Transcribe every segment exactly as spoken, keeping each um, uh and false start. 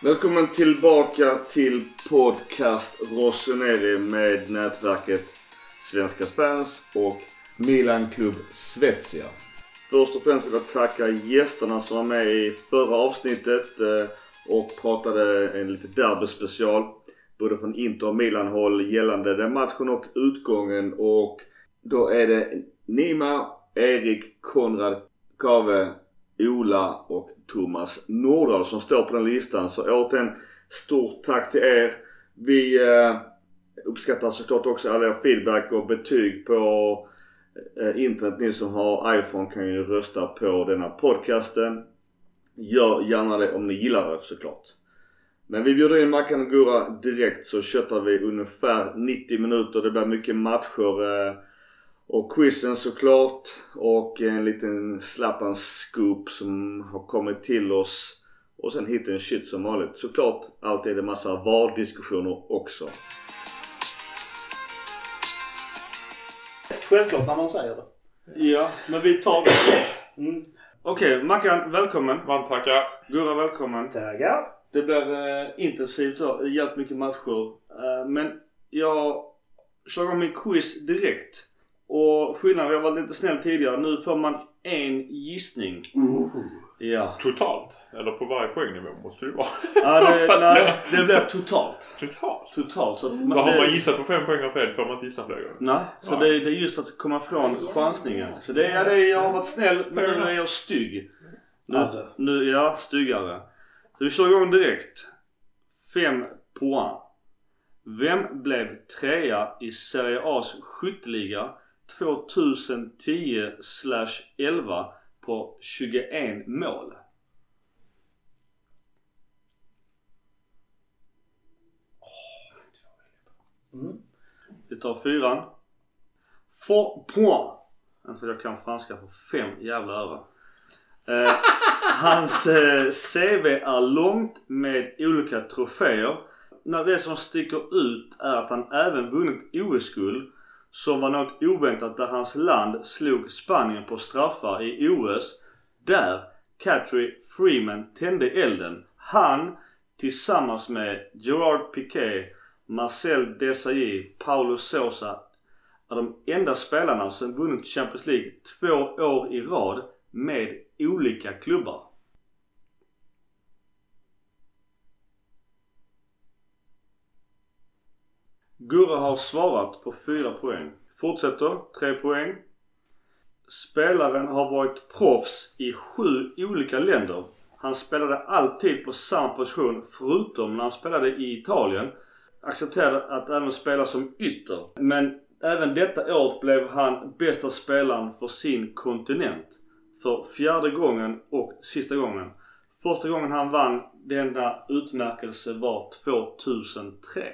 Välkommen tillbaka till podcast Rossoneri med nätverket Svenska fans och Milan Club Svezia. Först och främst vill jag tacka gästerna som var med i förra avsnittet och pratade en lite derby-special både från Inter och Milan-håll gällande den matchen och utgången. Och då är det Nima, Erik, Konrad, Kave, Ola och Thomas Nordahl som står på den listan. Så återigen stort tack till er. Vi eh, uppskattar såklart också alla er feedback och betyg på eh, internet. Ni som har iPhone kan ju rösta på denna podcasten. Gör gärna det om ni gillar det såklart. Men vi bjuder in Mackan och Gurra direkt, så köttar vi ungefär nittio minuter. Det blir mycket matcher eh, och quizen såklart. Och en liten Zlatan scoop som har kommit till oss. Och sen hit en shit som vanligt. Såklart alltid är det massa VAR-diskussioner också. Självklart när man säger det. Ja, men vi tar det. Mm. Okej, okay, Mackan, välkommen. Man tackar. Gurra, välkommen. Tackar. Det blir eh, intensivt och jävligt mycket matcher. Eh, men jag kör om min quiz direkt. Och skillnaden, jag var lite snäll tidigare. Nu får man en gissning. Uh. Ja. Totalt? Eller på varje poängnivå måste det vara. Ja, det, nej, det blir totalt. Totalt? Totalt. Så, att så man, har det, man gissat på fem poäng av fel får man inte gissa fler gånger. Nej, så det, det är just att komma från chansningen. Så det är det, jag har varit snäll, men nu är jag stygg. Nu, nu, ja, styggare. Så vi kör igång direkt. Fem poäng. Vem blev trea i Serie A's skytteliga tjugohundratio elva på tjugoett mål? Mm. Vi tar fyran. Four points. Alltså jag kan franska för fem jävla öre. Eh, hans eh, C V är långt med olika troféer. När det som sticker ut är att han även vunnit O S-guld, som var något oväntat där hans land slog Spanien på straffar i O S. Där Catry Freeman tände elden. Han tillsammans med Gerard Piqué, Marcel Desailly, Paulo Sousa är de enda spelarna som vunnit Champions League två år i rad med olika klubbar. Gurra har svarat på fyra poäng. Fortsätter, tre poäng. Spelaren har varit proffs i sju olika länder. Han spelade alltid på samma position förutom när han spelade i Italien. Accepterade att även spela som ytter. Men även detta år blev han bästa spelaren för sin kontinent. För fjärde gången och sista gången. Första gången han vann denna utmärkelse var tvåtusentre.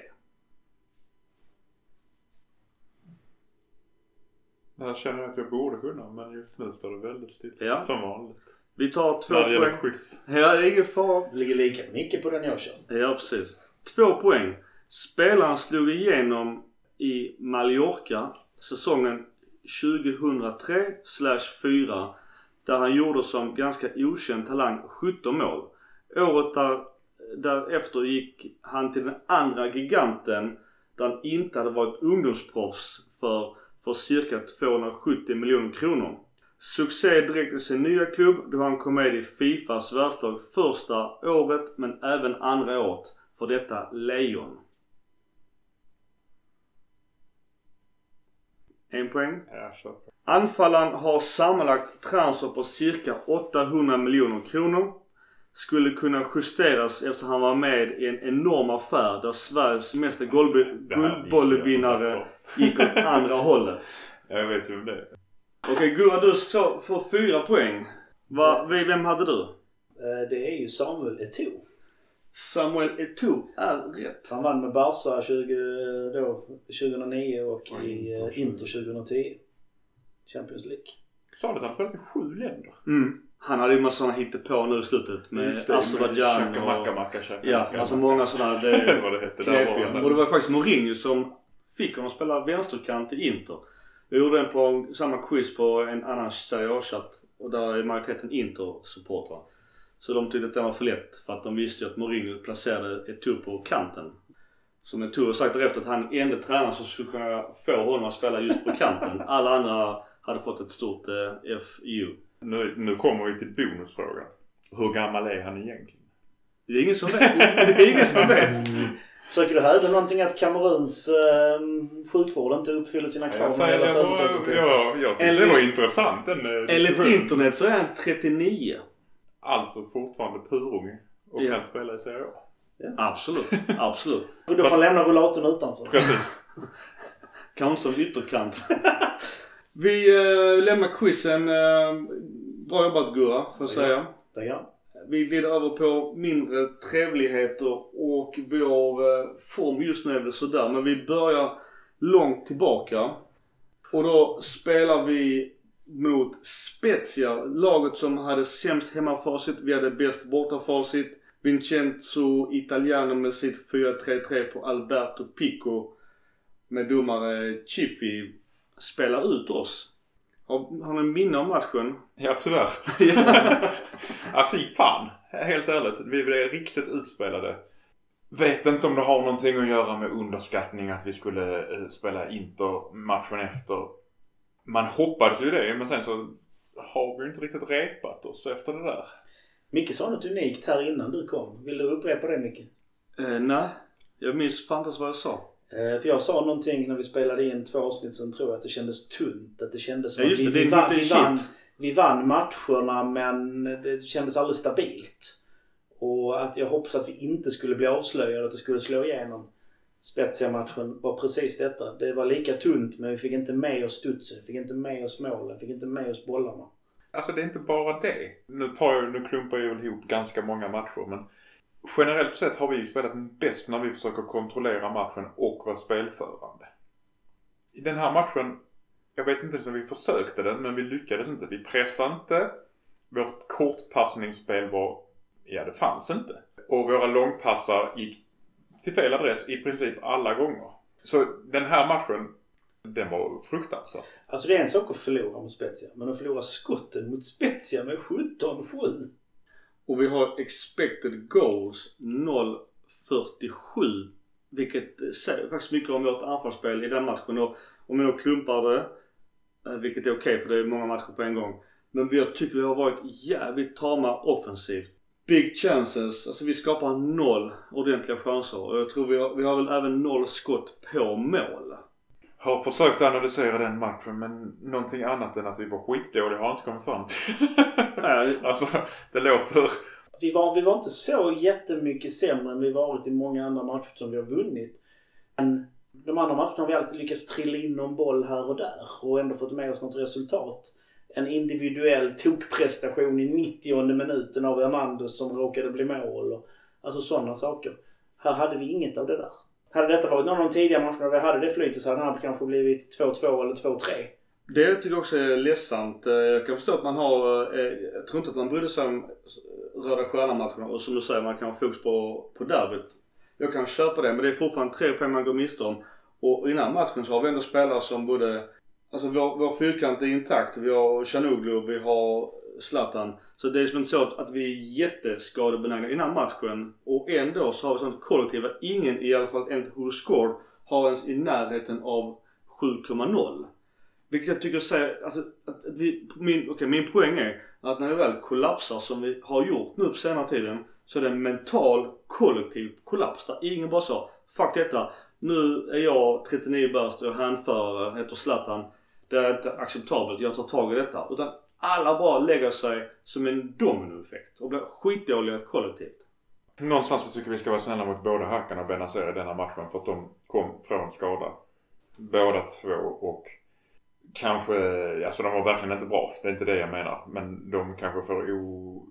Jag känner att jag borde kunna, men just nu står det väldigt still. Ja. Som vanligt. Vi tar två När det poäng. quiz. Ja, det är ingen fara. Det ligger lika mycket på den jag kör. Ja, precis. Två poäng. Spelaren slog igenom i Mallorca säsongen tjugohundratre fyra där han gjorde som ganska okänd talang sjutton mål. Året där, därefter gick han till den andra giganten där han inte hade varit ungdomsproffs för, för cirka tvåhundrasjuttio miljoner kronor. Succé direkt i sin nya klubb då han kom med i Fifas världslag första året men även andra året för detta lejon. En poäng. Ja, så. Anfallaren har sammanlagt transfer på cirka åttahundra miljoner kronor. Skulle kunna justeras efter han var med i en enorm affär där Sveriges mesta guldbollvinnare gick åt andra hållet. Jag vet ju om det är. Okej, okay, Gurra, du ska få fyra poäng. Va, vem hade du? Det är ju Samuel Eto'o. Samuel Eto'o är rätt. Han vann med Barca tjugo, då, tjugohundranio och mm. i uh, Inter tjugohundratio. Champions League. Sa du att han spelade i sju länder? Mm. Han hade ju massa sådana hittepå nu i slutet. Med Azerbaijan och... Macka, macka, chaka, ja, macka, alltså många sådana... Det, vad det hette. Knepiga. Och det var faktiskt Mourinho som fick honom att spela vänsterkant i Inter. Jag gjorde den på samma quiz på en annan Serie A-chatt. Och där är majoriteten Inter-supportrar. Så de tyckte att det var för lätt för att de visste att Mourinho placerade Eto'o på kanten. Som Eto'o har sagt därefter att han enda tränare som skulle kunna få honom att spela just på kanten. Alla andra hade fått ett stort eh, F U. Nu, nu kommer vi till bonusfrågan. Hur gammal är han egentligen? Det är ingen som vet. Det är ingen som vet. Försöker du hävda någonting att Kameruns eh, sjukvård inte uppfyller sina krav? Jag säger det var, ja, jag tyckte det var intressant. Enligt internet så är han trettionio. Alltså fortfarande purung och ja. kan spela i Serie A. Ja. Absolut, absolut. Och då får han lämna rullatorn utanför. Precis. Kanske som ytterkant. Vi äh, lämnar quizen. Äh, bra jobbat Gurra, får jag säga. Tackar. Vi glider över på mindre trevligheter och vår äh, form just nu är väl sådär. Men vi börjar långt tillbaka. Och då spelar vi mot Spezia. Laget som hade sämst hemmafacit. Vi hade bäst bortafacit. Vincenzo Italiano med sitt fyra tre tre på Alberto Pico. Med domare Chiffi spelar ut oss. Har, har ni en minne om matchen? Ja, tyvärr. Ja, fy fan. Helt ärligt. Vi blev riktigt utspelade. Vet inte om det har någonting att göra med underskattning att vi skulle eh, spela Inter matchen efter. Man hoppades ju det, men sen så har vi inte riktigt repat oss efter det där. Micke sa något unikt här innan du kom. Vill du upprepa det, Micke? Eh, nej, jag minns fantas vad jag sa. Eh, för jag sa någonting när vi spelade in två avsnitt sen, tror jag att det kändes tunt. Att det kändes som ja, att vi, det, vi, det vann, vi, vann, shit. vi vann matcherna, men det kändes aldrig stabilt. Och att jag hoppas att vi inte skulle bli avslöjade, att det skulle slå igenom. Spezia-matchen var precis detta. Det var lika tunt, men vi fick inte med oss studsen, vi fick inte med oss målen, fick inte med oss bollarna. Alltså det är inte bara det. Nu, tar jag, nu klumpar jag väl ihop ganska många matcher, men generellt sett har vi spelat bäst när vi försöker kontrollera matchen och vara spelförande. I den här matchen, jag vet inte om vi försökte den, men vi lyckades inte. Vi pressade inte. Vårt kortpassningsspel var, ja det fanns inte. Och våra långpassar gick till fel adress i princip alla gånger. Så den här matchen, den var fruktansvärt. Alltså det är en sak att förlora mot Spezia, men att förlora skotten mot Spezia med sjutton sju. Och vi har expected goals noll komma fyrtiosju. Vilket säger faktiskt mycket om vårt anfallsspel i den matchen. Och om vi då klumpar det, vilket är okej okay, för det är många matcher på en gång. Men vi tycker vi har varit jävligt tama offensivt. Big chances, alltså vi skapar noll ordentliga chanser. Och jag tror vi har, vi har väl även noll skott på mål. Har försökt analysera den matchen, men någonting annat än att vi var skitdåliga har inte kommit fram till. Alltså, det låter... Vi var, vi var inte så jättemycket sämre än vi varit i många andra matcher som vi har vunnit. Men de andra matcherna har vi alltid lyckats trilla in någon boll här och där och ändå fått med oss något resultat. En individuell tokprestation i nittionde minuten av Hernandez som råkade bli mål. Och, alltså sådana saker. Här hade vi inget av det där. Hade detta varit någon av de tidiga matcherna där vi hade det flytet, så hade det kanske blivit två två eller två tre. Det tycker jag också är ledsamt. Jag kan förstå att man har... Jag tror inte att man brydde sig om Röda Stjärnan-matcherna. Och som du säger, man kan ha fokus på, på derbyt. Jag kan köpa det, men det är fortfarande tre poäng man går miste om. Och i den här matchen så har vi ändå spelare som både... Alltså vår, vår fyrkant är intakt. Vi har Chanoglu, vi har Zlatan. Så det är som inte så att, att vi är jätteskadebenägna i den här matchen. Och ändå så har vi sånt kollektiv att ingen, i alla fall enligt Who Scored, har ens i närheten av sju komma noll. Vilket jag tycker säger, alltså, att, att vi, min, okay, min poäng är att när vi väl kollapsar som vi har gjort nu på senare tiden, så är det en mental kollektiv kollaps där ingen bara sa, fuck detta, nu är jag trettionio bärst och hänförare, heter Zlatan, det är inte acceptabelt, jag tar tag i detta. Utan alla bara lägger sig som en dominoeffekt och blir skitdåliga kollektivt. Någonstans så tycker vi ska vara snälla mot både Hakan och Benazer i denna matchen, för att de kom från skada. Båda två, och kanske, alltså de var verkligen inte bra, det är inte det jag menar, men de kanske får o...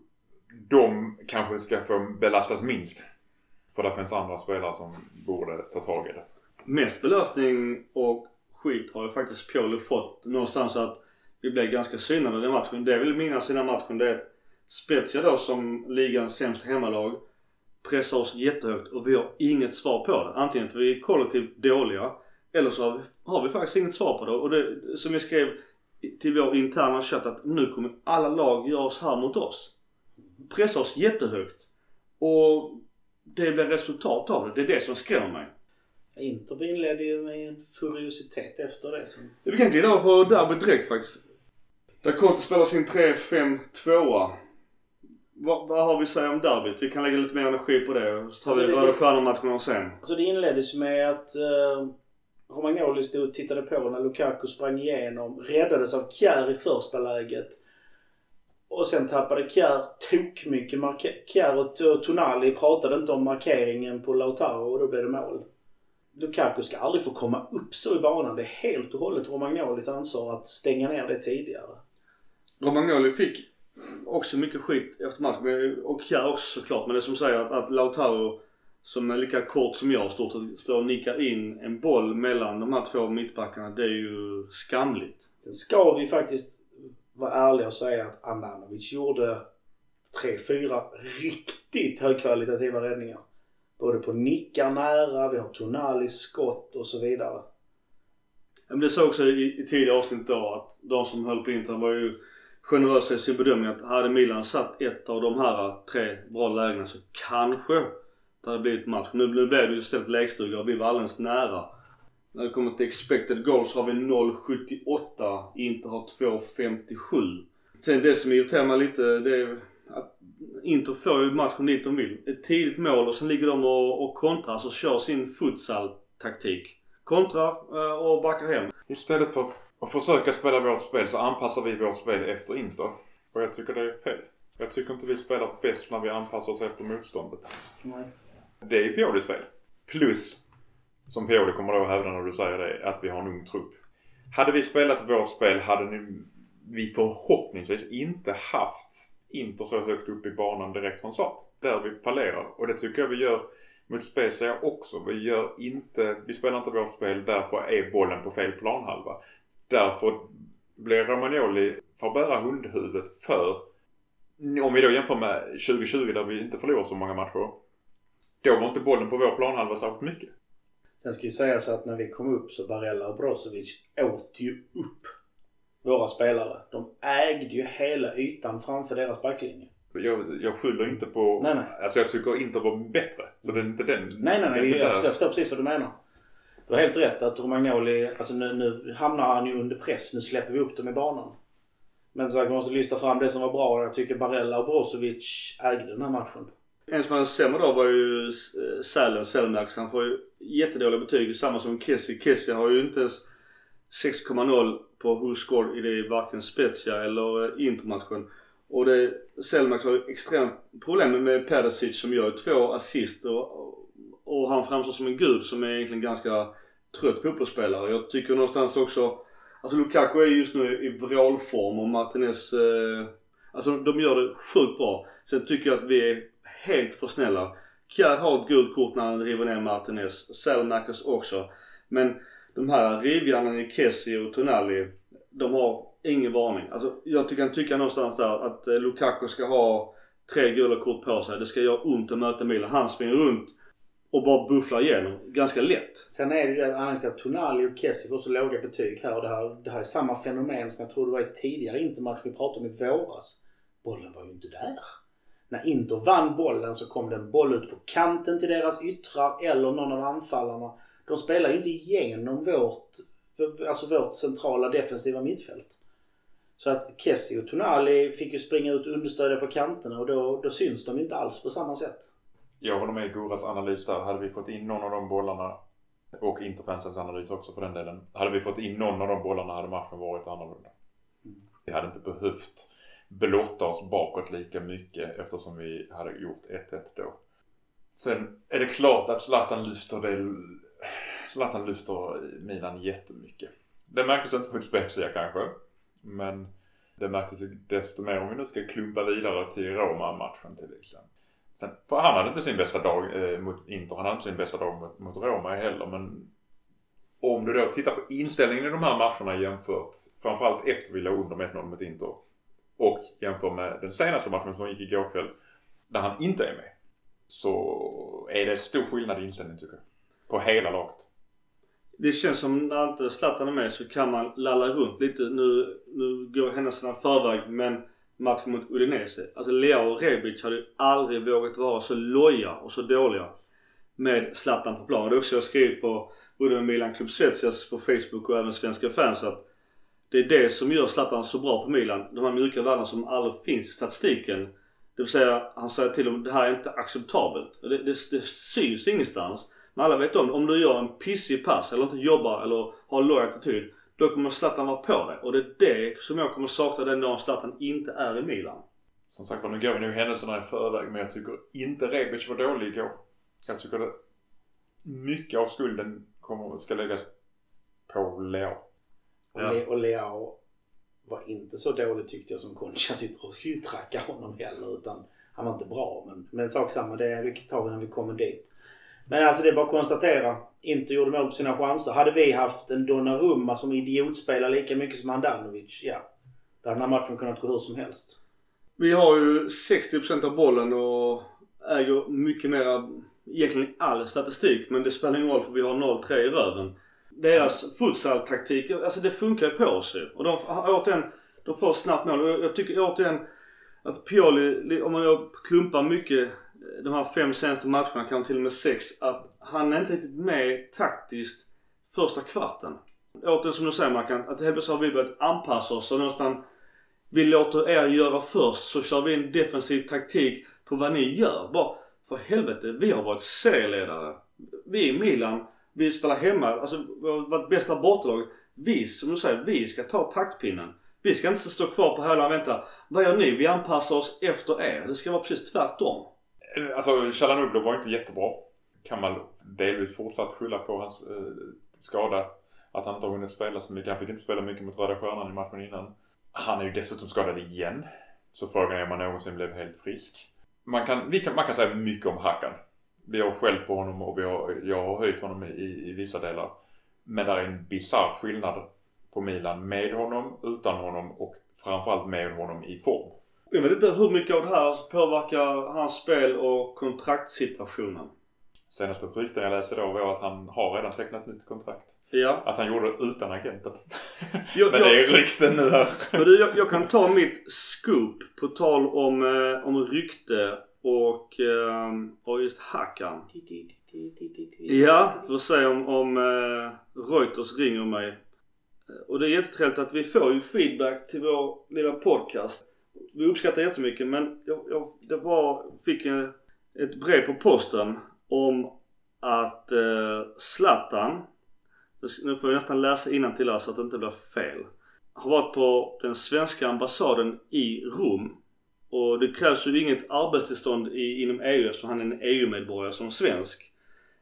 de kanske ska få belastas minst, för det finns andra spelare som borde ta tag i det. Mest belastning och skit har ju faktiskt Pioli fått någonstans, att vi blev ganska synade i den matchen. Det vill minnas i den matchen, det är Spezia då som ligans sämsta hemmalag pressar oss jättehögt och vi har inget svar på det. Antingen att vi är kollektivt dåliga, eller så har vi, har vi faktiskt inget svar på det. Och det, som vi skrev till vår interna chatt, att nu kommer alla lag göra oss här mot oss. pressar oss jättehögt. Och det blir resultat av det. Det är det som skrämmer mig. Inter inledde ju med en furiositet efter det. Som... Vi kan glida över på derby direkt faktiskt. Där Conte spelar sin tre fem två. Vad, vad har vi att säga om derbyt? Vi kan lägga lite mer energi på det. Så tar alltså vi Röda Stjärnor-matcherna sen. Alltså det inleddes med att uh, Romagnoli stod och tittade på när Lukaku sprang igenom. Räddades av Kjär i första läget. Och sen tappade Kjär tok mycket. Marke- Kjär och Tonali pratade inte om markeringen på Lautaro och då blev det mål. Lukaku ska aldrig få komma upp så i banan. Det är helt och hållet Romagnolis ansvar att stänga ner det tidigare. Romagnoli fick också mycket skit efter matchen. Och Kjär också såklart. Men det som säger att, att Lautaro, som är lika kort som jag, stort sett står och nickar in en boll mellan de här två mittbackarna. Det är ju skamligt. Sen ska vi faktiskt vara ärliga och säga att Andanovic gjorde tre, fyra riktigt högkvalitativa räddningar. Både på nickar nära, vi har Tonalis skott och så vidare. Men det sa också i, i tidigare avsnitt då att de som höll på Inter var ju generösa i sin bedömning att hade Milan satt ett av de här tre bra lägena så kanske det hade blivit match. Nu blev det ju istället lägstuga och vi var alldeles nära. När det kommer till expected goals har vi noll komma sjuttioåtta, Inter har två komma femtiosju. Sen det som irriterar mig lite, det är att Inter får ju matchen dit de vill. Ett tidigt mål och sen ligger de och, och kontrar och kör sin futsal-taktik. Kontrar och backar hem. Istället för att försöka spela vårt spel så anpassar vi vårt spel efter Inter. Och jag tycker det är fel. Jag tycker inte vi spelar bäst när vi anpassar oss efter motståndet. Nej. Det är Piolis fel. Plus, som Pioli kommer då att hävda när du säger det, att vi har en ung trupp. Hade vi spelat vårt spel hade nu vi förhoppningsvis inte haft Inter så högt upp i banan direkt från start. Där vi fallerar. Och det tycker jag vi gör mot Spezia också. Vi gör inte, vi spelar inte vårt spel, därför är bollen på fel planhalva. Därför blir Romagnoli får bära hundhuvudet för, om vi då jämför med tjugo tjugo där vi inte förlorar så många matcher, då var inte bollen på vår planhalva så mycket. Sen ska ju säga så att när vi kom upp så Barella och Brozovic åt ju upp våra spelare. De ägde ju hela ytan framför deras backlinje. Jag, jag skyller inte på... Nej, nej. Alltså jag tycker inte var bättre. Så det är inte den... Nej, nej, nej. Jag förstår, förstår precis vad du menar. Du har helt rätt att Romagnoli... Alltså nu, nu hamnar han ju under press. Nu släpper vi upp dem i banan. Men så att man måste lyfta fram det som var bra. Jag tycker Barella och Brozovic ägde den här matchen. En som hade sämre då var ju Sälen, Selmax. Han får ju jättedåliga betyg. Samma som Kessie. Kessie har ju inte ens sex komma noll på who scored i det varken Spezia eller Intermatchen. Och det, Selmax har ju extremt problem med Perisic som gör två assist och, och han framstår som en gud som är egentligen ganska trött fotbollsspelare. Jag tycker någonstans också, alltså Lukaku är just nu i vrålform och Martinez, eh, alltså de gör det sjukt bra. Sen tycker jag att vi är helt för snälla. Kjär har ett gult kort när han river ner Martinez, Selmax också. Men de här rivjarna i Kessie och Tonali, de har ingen varning. Alltså, jag tycker han tycker någonstans där att eh, Lukaku ska ha tre gula kort på sig. Det ska göra ont att möta Milan. Han springer runt och bara bufflar igenom. Ganska lätt. Sen är det ju anledningen till att Tonali och Kessie får så låga betyg här. Och det här, det här är samma fenomen som jag tror det var i tidigare Intermatch vi pratade om i våras. Bollen var ju inte där. När Inter vann bollen så kom det en boll ut på kanten till deras yttrar eller någon av anfallarna. De spelar ju inte igenom vårt, alltså vårt centrala defensiva mittfält. Så att Kessie och Tonali fick ju springa ut och understödja på kanterna och då, då syns de inte alls på samma sätt. Jag håller med i Goras analys där. Hade vi fått in någon av de bollarna, och Interfansens analys också för den delen. Hade vi fått in någon av de bollarna hade matchen varit annorlunda. Mm. Vi hade inte behövt blotta oss bakåt lika mycket eftersom vi hade gjort ett ett då. Sen är det klart att Zlatan lyfter det, Zlatan lyfter Milan jättemycket. Det märktes inte mot Spezia kanske. Men det märktes ju desto mer om vi nu ska klumpa vidare till Roma-matchen till exempel. Sen, för han hade inte sin bästa dag eh, mot Inter, han hade inte sin bästa dag mot, mot Roma heller. Men om du då tittar på inställningen i de här matcherna jämfört, framförallt efter vi låg under med ett noll mot Inter, och jämför med den senaste matchen som gick igår kväll, där han inte är med, så är det stor skillnad i inställningen tycker jag. På hela laget. Det känns som när inte Zlatan är med så kan man lalla runt lite. Nu, nu går händelserna förväg, men matchen mot Udinese. Alltså Leao och Rebic hade ju aldrig vågat vara så loja och så dåliga med Zlatan på plan. Det är också jag skrivit på både Milan Club Svezia på Facebook och även Svenska fans att det är det som gör Zlatan så bra för Milan. De här mjuka värdena som aldrig finns i statistiken. Det vill säga, han säger till dem det här är inte acceptabelt. Det, det, det syns ingenstans. Men alla vet om, om du gör en pissig pass eller inte jobbar eller har en låg attityd, då kommer Zlatan vara på det. Och det är det som jag kommer sakna den dagen Zlatan inte är i Milan. Som sagt, nu går vi nu händelserna i förväg, men jag tycker inte Rebic var dålig igår. Jag tycker att mycket av skulden kommer, ska läggas på Leao. Och, Le- och Leao var inte så dålig tyckte jag som Concha sitter och trackar honom heller, utan han var inte bra. Men, men sak samma, det är vi tar vi när vi kommer dit. Men alltså det är bara att konstatera, inte gjorde mål på sina chanser. Hade vi haft en Donnarumma som idiotspelar lika mycket som Handanovic, ja, då hade den här matchen kunnat gå hur som helst. Vi har ju sextio procent av bollen och äger mycket mer egentligen all statistik, men det spelar ingen roll för vi har noll tre i röven. Deras futsal-taktik, alltså det funkar ju på oss. Och de, återigen, de får snabbt mål. Och jag tycker återigen att Pioli, om man gör klumpar mycket de här fem senaste matcherna, kanske till och med sex, att han är inte riktigt med taktiskt första kvarten. Återigen som du säger, man kan, att helt plötsligt har vi börjat anpassa oss och någonstans vi låter er göra först, så kör vi en defensiv taktik på vad ni gör. Bara för helvete, vi har varit serieledare. Vi i Milan, vi spelar hemma, alltså vi har varit bästa bortalag. Vi, som du säger, vi ska ta taktpinnen. Vi ska inte stå kvar på hela och vänta. Vad gör ni? Vi anpassar oss efter er. Det ska vara precis tvärtom. Alltså, Çalhanoğlu var inte jättebra. Kan man delvis fortsatt skylla på hans eh, skada. Att han inte har hunnit spela så mycket. Han fick inte spela mycket mot Röda Stjärnan i matchen innan. Han är ju dessutom skadad igen. Så frågan är om han någonsin blev helt frisk. Man kan, vi kan, man kan säga mycket om Hakan. Vi har skällt på honom och vi har, jag har höjt honom i, i vissa delar. Men det är en bizarr skillnad på Milan med honom, utan honom och framförallt med honom i form. Jag vet inte hur mycket av det här påverkar hans spel och kontraktsituationen. Senaste rykten jag läste då var att han har redan tecknat nytt kontrakt. Ja. Att han gjorde det utan agenten. Jag, Men det är rykten nu här. Men du, jag, jag kan ta mitt scoop på tal om, eh, om rykte och, eh, och just Hakan. Ja, för att säga om, om eh, Reuters ringer mig. Och det är jättetrevligt att vi får ju feedback till vår lilla podcast. Vi uppskattar jättemycket, men jag, jag det var, fick en, ett brev på posten om att eh, Zlatan, nu får jag nästan läsa innantill här så att det inte blir fel, har varit på den svenska ambassaden i Rom. Och det krävs ju inget arbetstillstånd i, inom E U eftersom han är en E U-medborgare som svensk.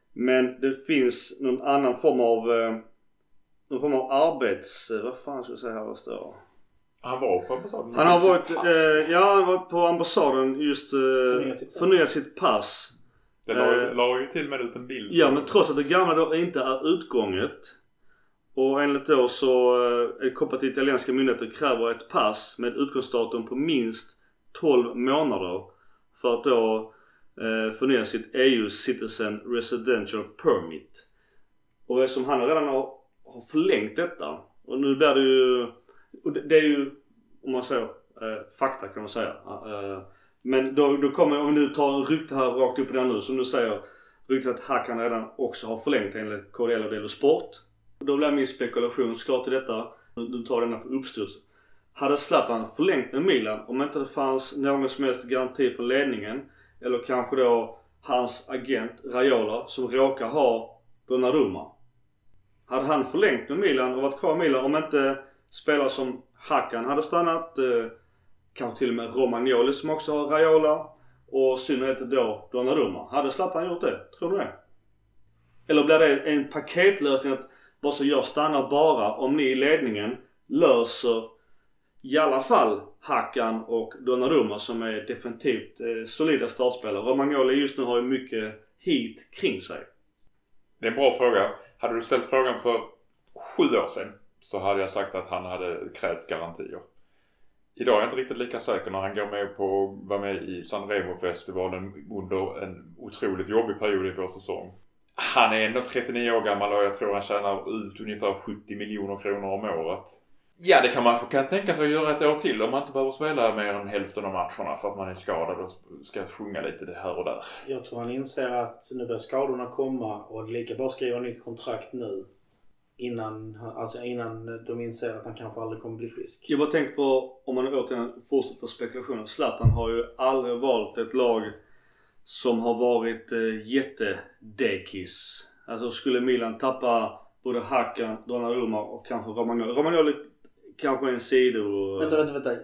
Men det finns någon annan form av eh, någon form av arbets... Vad fan ska jag säga här? Vad står? Han var på ambassaden. Han har varit, eh, ja, han har varit på ambassaden just eh, förnyat sitt pass. Förnyat sitt pass. Det la, la ju till med ut en bild. Ja, men trots att det gamla då inte är utgånget. Och enligt då så är det kopplat till italienska myndigheter kräver ett pass med utgångsdatum på minst tolv månader för att då eh, förnya sitt E U Citizen Residential Permit. Och eftersom han redan har, har förlängt detta, och nu blir det ju, och det, det är ju, om man säger eh, fakta kan man säga. Eh, men då, då kommer, om vi nu tar en rykte här rakt upp i den nu, som du säger, ryktet att Hakan redan också har förlängt enligt K D L och Delo Sport. Då blir min spekulation klart till detta. Du tar denna på uppstuds. Hade Zlatan förlängt med Milan om inte det fanns någon som helst garanti från ledningen, eller kanske då hans agent Raiola som råkar ha Donnarumma. Hade han förlängt med Milan och varit kvar i Milan om inte spelare som Hakan hade stannat, eh, kanske till och med Romagnoli som också har Raiola och synnerhet då Donnarumma. Hade Zlatan gjort det? Tror du det? Eller blir det en paketlösning att vad så jag stannar bara om ni i ledningen löser i alla fall Hakan och Donnarumma som är definitivt eh, solida startspelare. Romagnoli just nu har ju mycket hit kring sig. Det är en bra fråga. Hade du ställt frågan för sju år sedan så hade jag sagt att han hade krävt garantier. Idag är jag inte riktigt lika säker när han går med på att vara med i Sanremo-festivalen under en otroligt jobbig period i vår säsong. Han är ändå trettionio år gammal och jag tror han tjänar ut ungefär sjuttio miljoner kronor om året. Ja, det kan man kan tänka sig att göra ett år till om man inte behöver spela mer än hälften av matcherna för att man är skadad och ska sjunga lite det här och där. Jag tror han inser att nu börjar skadorna komma och lika bra skriva nytt kontrakt nu innan, alltså innan de inser att han kanske aldrig kommer bli frisk. Jag bara tänker på, om man återigen fortsätter spekulationer, Zlatan har ju aldrig valt ett lag som har varit eh, jättedekis. Alltså skulle Milan tappa både Hakan, Donnarumma och kanske Romagnoli. Romagnoli kanske en sida och... Vänta, vänta, vänta.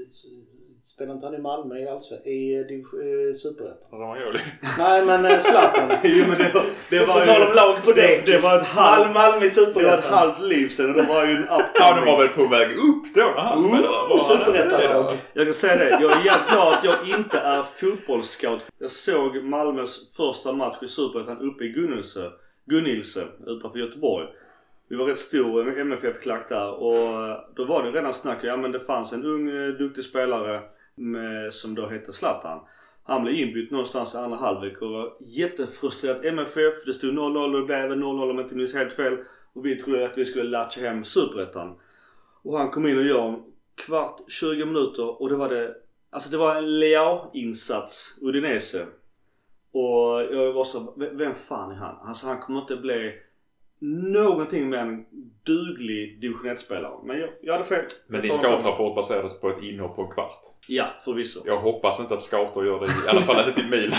Spelar inte han i Malmö i Allsvenskan? I, i, i Superettan? Romagnoli. Nej, men Zlatan. Jo, men det var... Det var ju, tal om lag på det. Det var ett halvt... Malmö i Superettan. Det var ett halvt liv sedan och det var ju en upcoming. Ja, de var väl på väg upp då när han spelade. Superettan. Jag kan säga det. Jag är jävligt glad att jag inte är fotbollsscout. Jag såg Malmös första match i Superettan uppe i Gunnilse. Gunnilse utanför Göteborg. Vi var rätt stor M F F-klack där och då var det redan snack. Ja, men det fanns en ung duktig spelare med, som då hette Zlatan. Han blev inbytt någonstans i andra halvlek och var jättefrustrerat M F F. Det stod noll noll och det blev noll noll om jag inte minns helt fel. Och vi trodde att vi skulle latcha hem Superettan. Och han kom in och gör en kvart, tjugo minuter och det var det... Alltså det var en Leao-insats, Udinese. Och jag var så, vem fan är han? Alltså han kommer inte bli någonting med en duglig division ett-spelare. Men jag, jag hade fel. Men din scoutrapport baserades på ett inhopp på en kvart. Ja, förvisso. Jag hoppas inte att scouter gör det, i alla fall inte till Milan.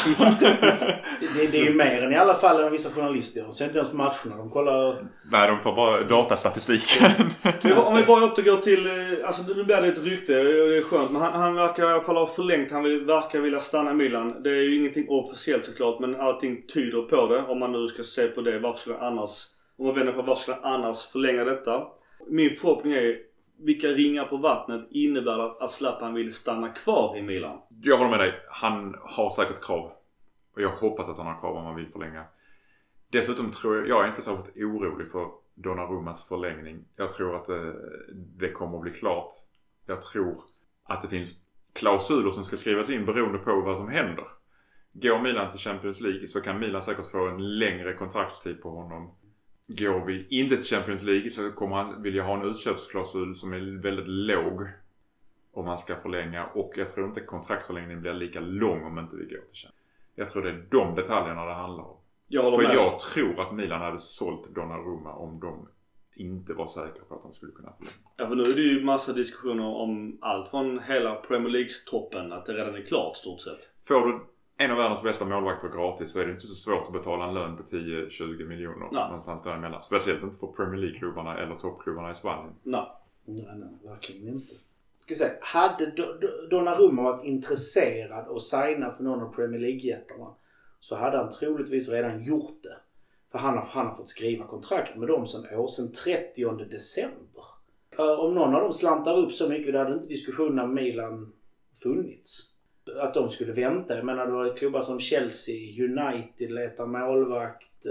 det, det är ju mer än i alla fall än vissa journalister gör. Sen inte ens på matcherna. De kollar... Nej, de tar bara datastatistiken. Om vi bara återgår till... Alltså nu blir det ett rykte. Det är skönt. Men han, han verkar i alla fall ha förlängt. Han vill, verkar vilja stanna i Milan. Det är ju ingenting officiellt såklart. Men allting tyder på det. Om man nu ska se på det. Varför skulle annars... Om man vänder på varför skulle annars förlänga detta. Min förhoppning är... Vilka ringar på vattnet innebär att Zlatan vill stanna kvar i Milan? Jag håller med dig. Han har säkert krav. Och jag hoppas att han har krav om han vill förlänga. Dessutom tror jag... Jag är inte så orolig för Donnarummas förlängning. Jag tror att det, det kommer att bli klart. Jag tror att det finns klausuler som ska skrivas in beroende på vad som händer. Går Milan till Champions League så kan Milan säkert få en längre kontraktstid på honom. Går vi inte till Champions League så kommer han vilja ha en utköpsklausul som är väldigt låg om man ska förlänga. Och jag tror inte kontraktsförlängningen blir lika lång om inte vi går till Champions. Jag tror det är de detaljerna det handlar om. Jag För jag tror att Milan hade sålt Donnarumma om de inte var säkra på att de skulle kunna förlänga. Ja, för nu är det ju massa diskussioner om allt från hela Premier League-toppen att det redan är klart stort sett. Får du en av världens bästa målvakter gratis så är det inte så svårt att betala en lön på tio till tjugo miljoner. Nej. Någonstans däremellan. Speciellt inte för Premier League-klubbarna eller toppklubbarna i Spanien. Nej. Nej, nej, verkligen inte. Ska säga, hade Do- Do- Donnarumma varit intresserad och signa för någon av Premier League-jättarna så hade han troligtvis redan gjort det. För han har, han har fått skriva kontrakt med dem sedan år sedan trettionde december. Om någon av dem slantar upp så mycket, då hade inte diskussionen om Milan funnits. Att de skulle vänta. Jag menar, det var klubbar som Chelsea, United letar målvakt,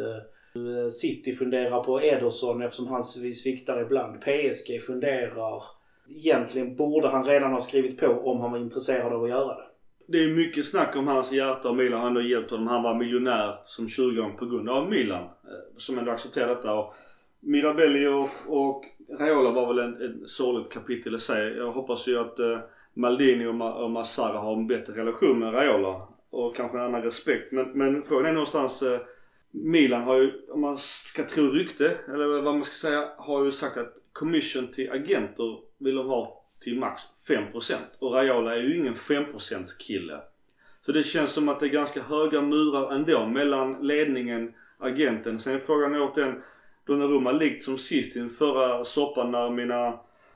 City funderar på Ederson eftersom han sviktar ibland. P S G funderar. Egentligen borde han redan ha skrivit på om han var intresserad av att göra det. Det är mycket snack om hans hjärta och Milan har ändå hjälpt honom. Han var miljonär som tjugo på grund av Milan. Som ändå accepterade detta. Och Mirabelli och, och Raiola var väl en, en sorgligt kapitel i sig. Jag hoppas ju att eh, Maldini och, Ma- och Massara har en bättre relation med Raiola. Och kanske en annan respekt. Men, men frågan är någonstans... Eh, Milan har ju, om man ska tro rykte, eller vad man ska säga, har ju sagt att commission till agenter vill de ha till max fem procent. Och Raiola är ju ingen fem procent kille. Så det känns som att det är ganska höga murar ändå mellan ledningen, agenten. Sen är frågan återigen, Donnarumma likt som sist i den förra soppan när mina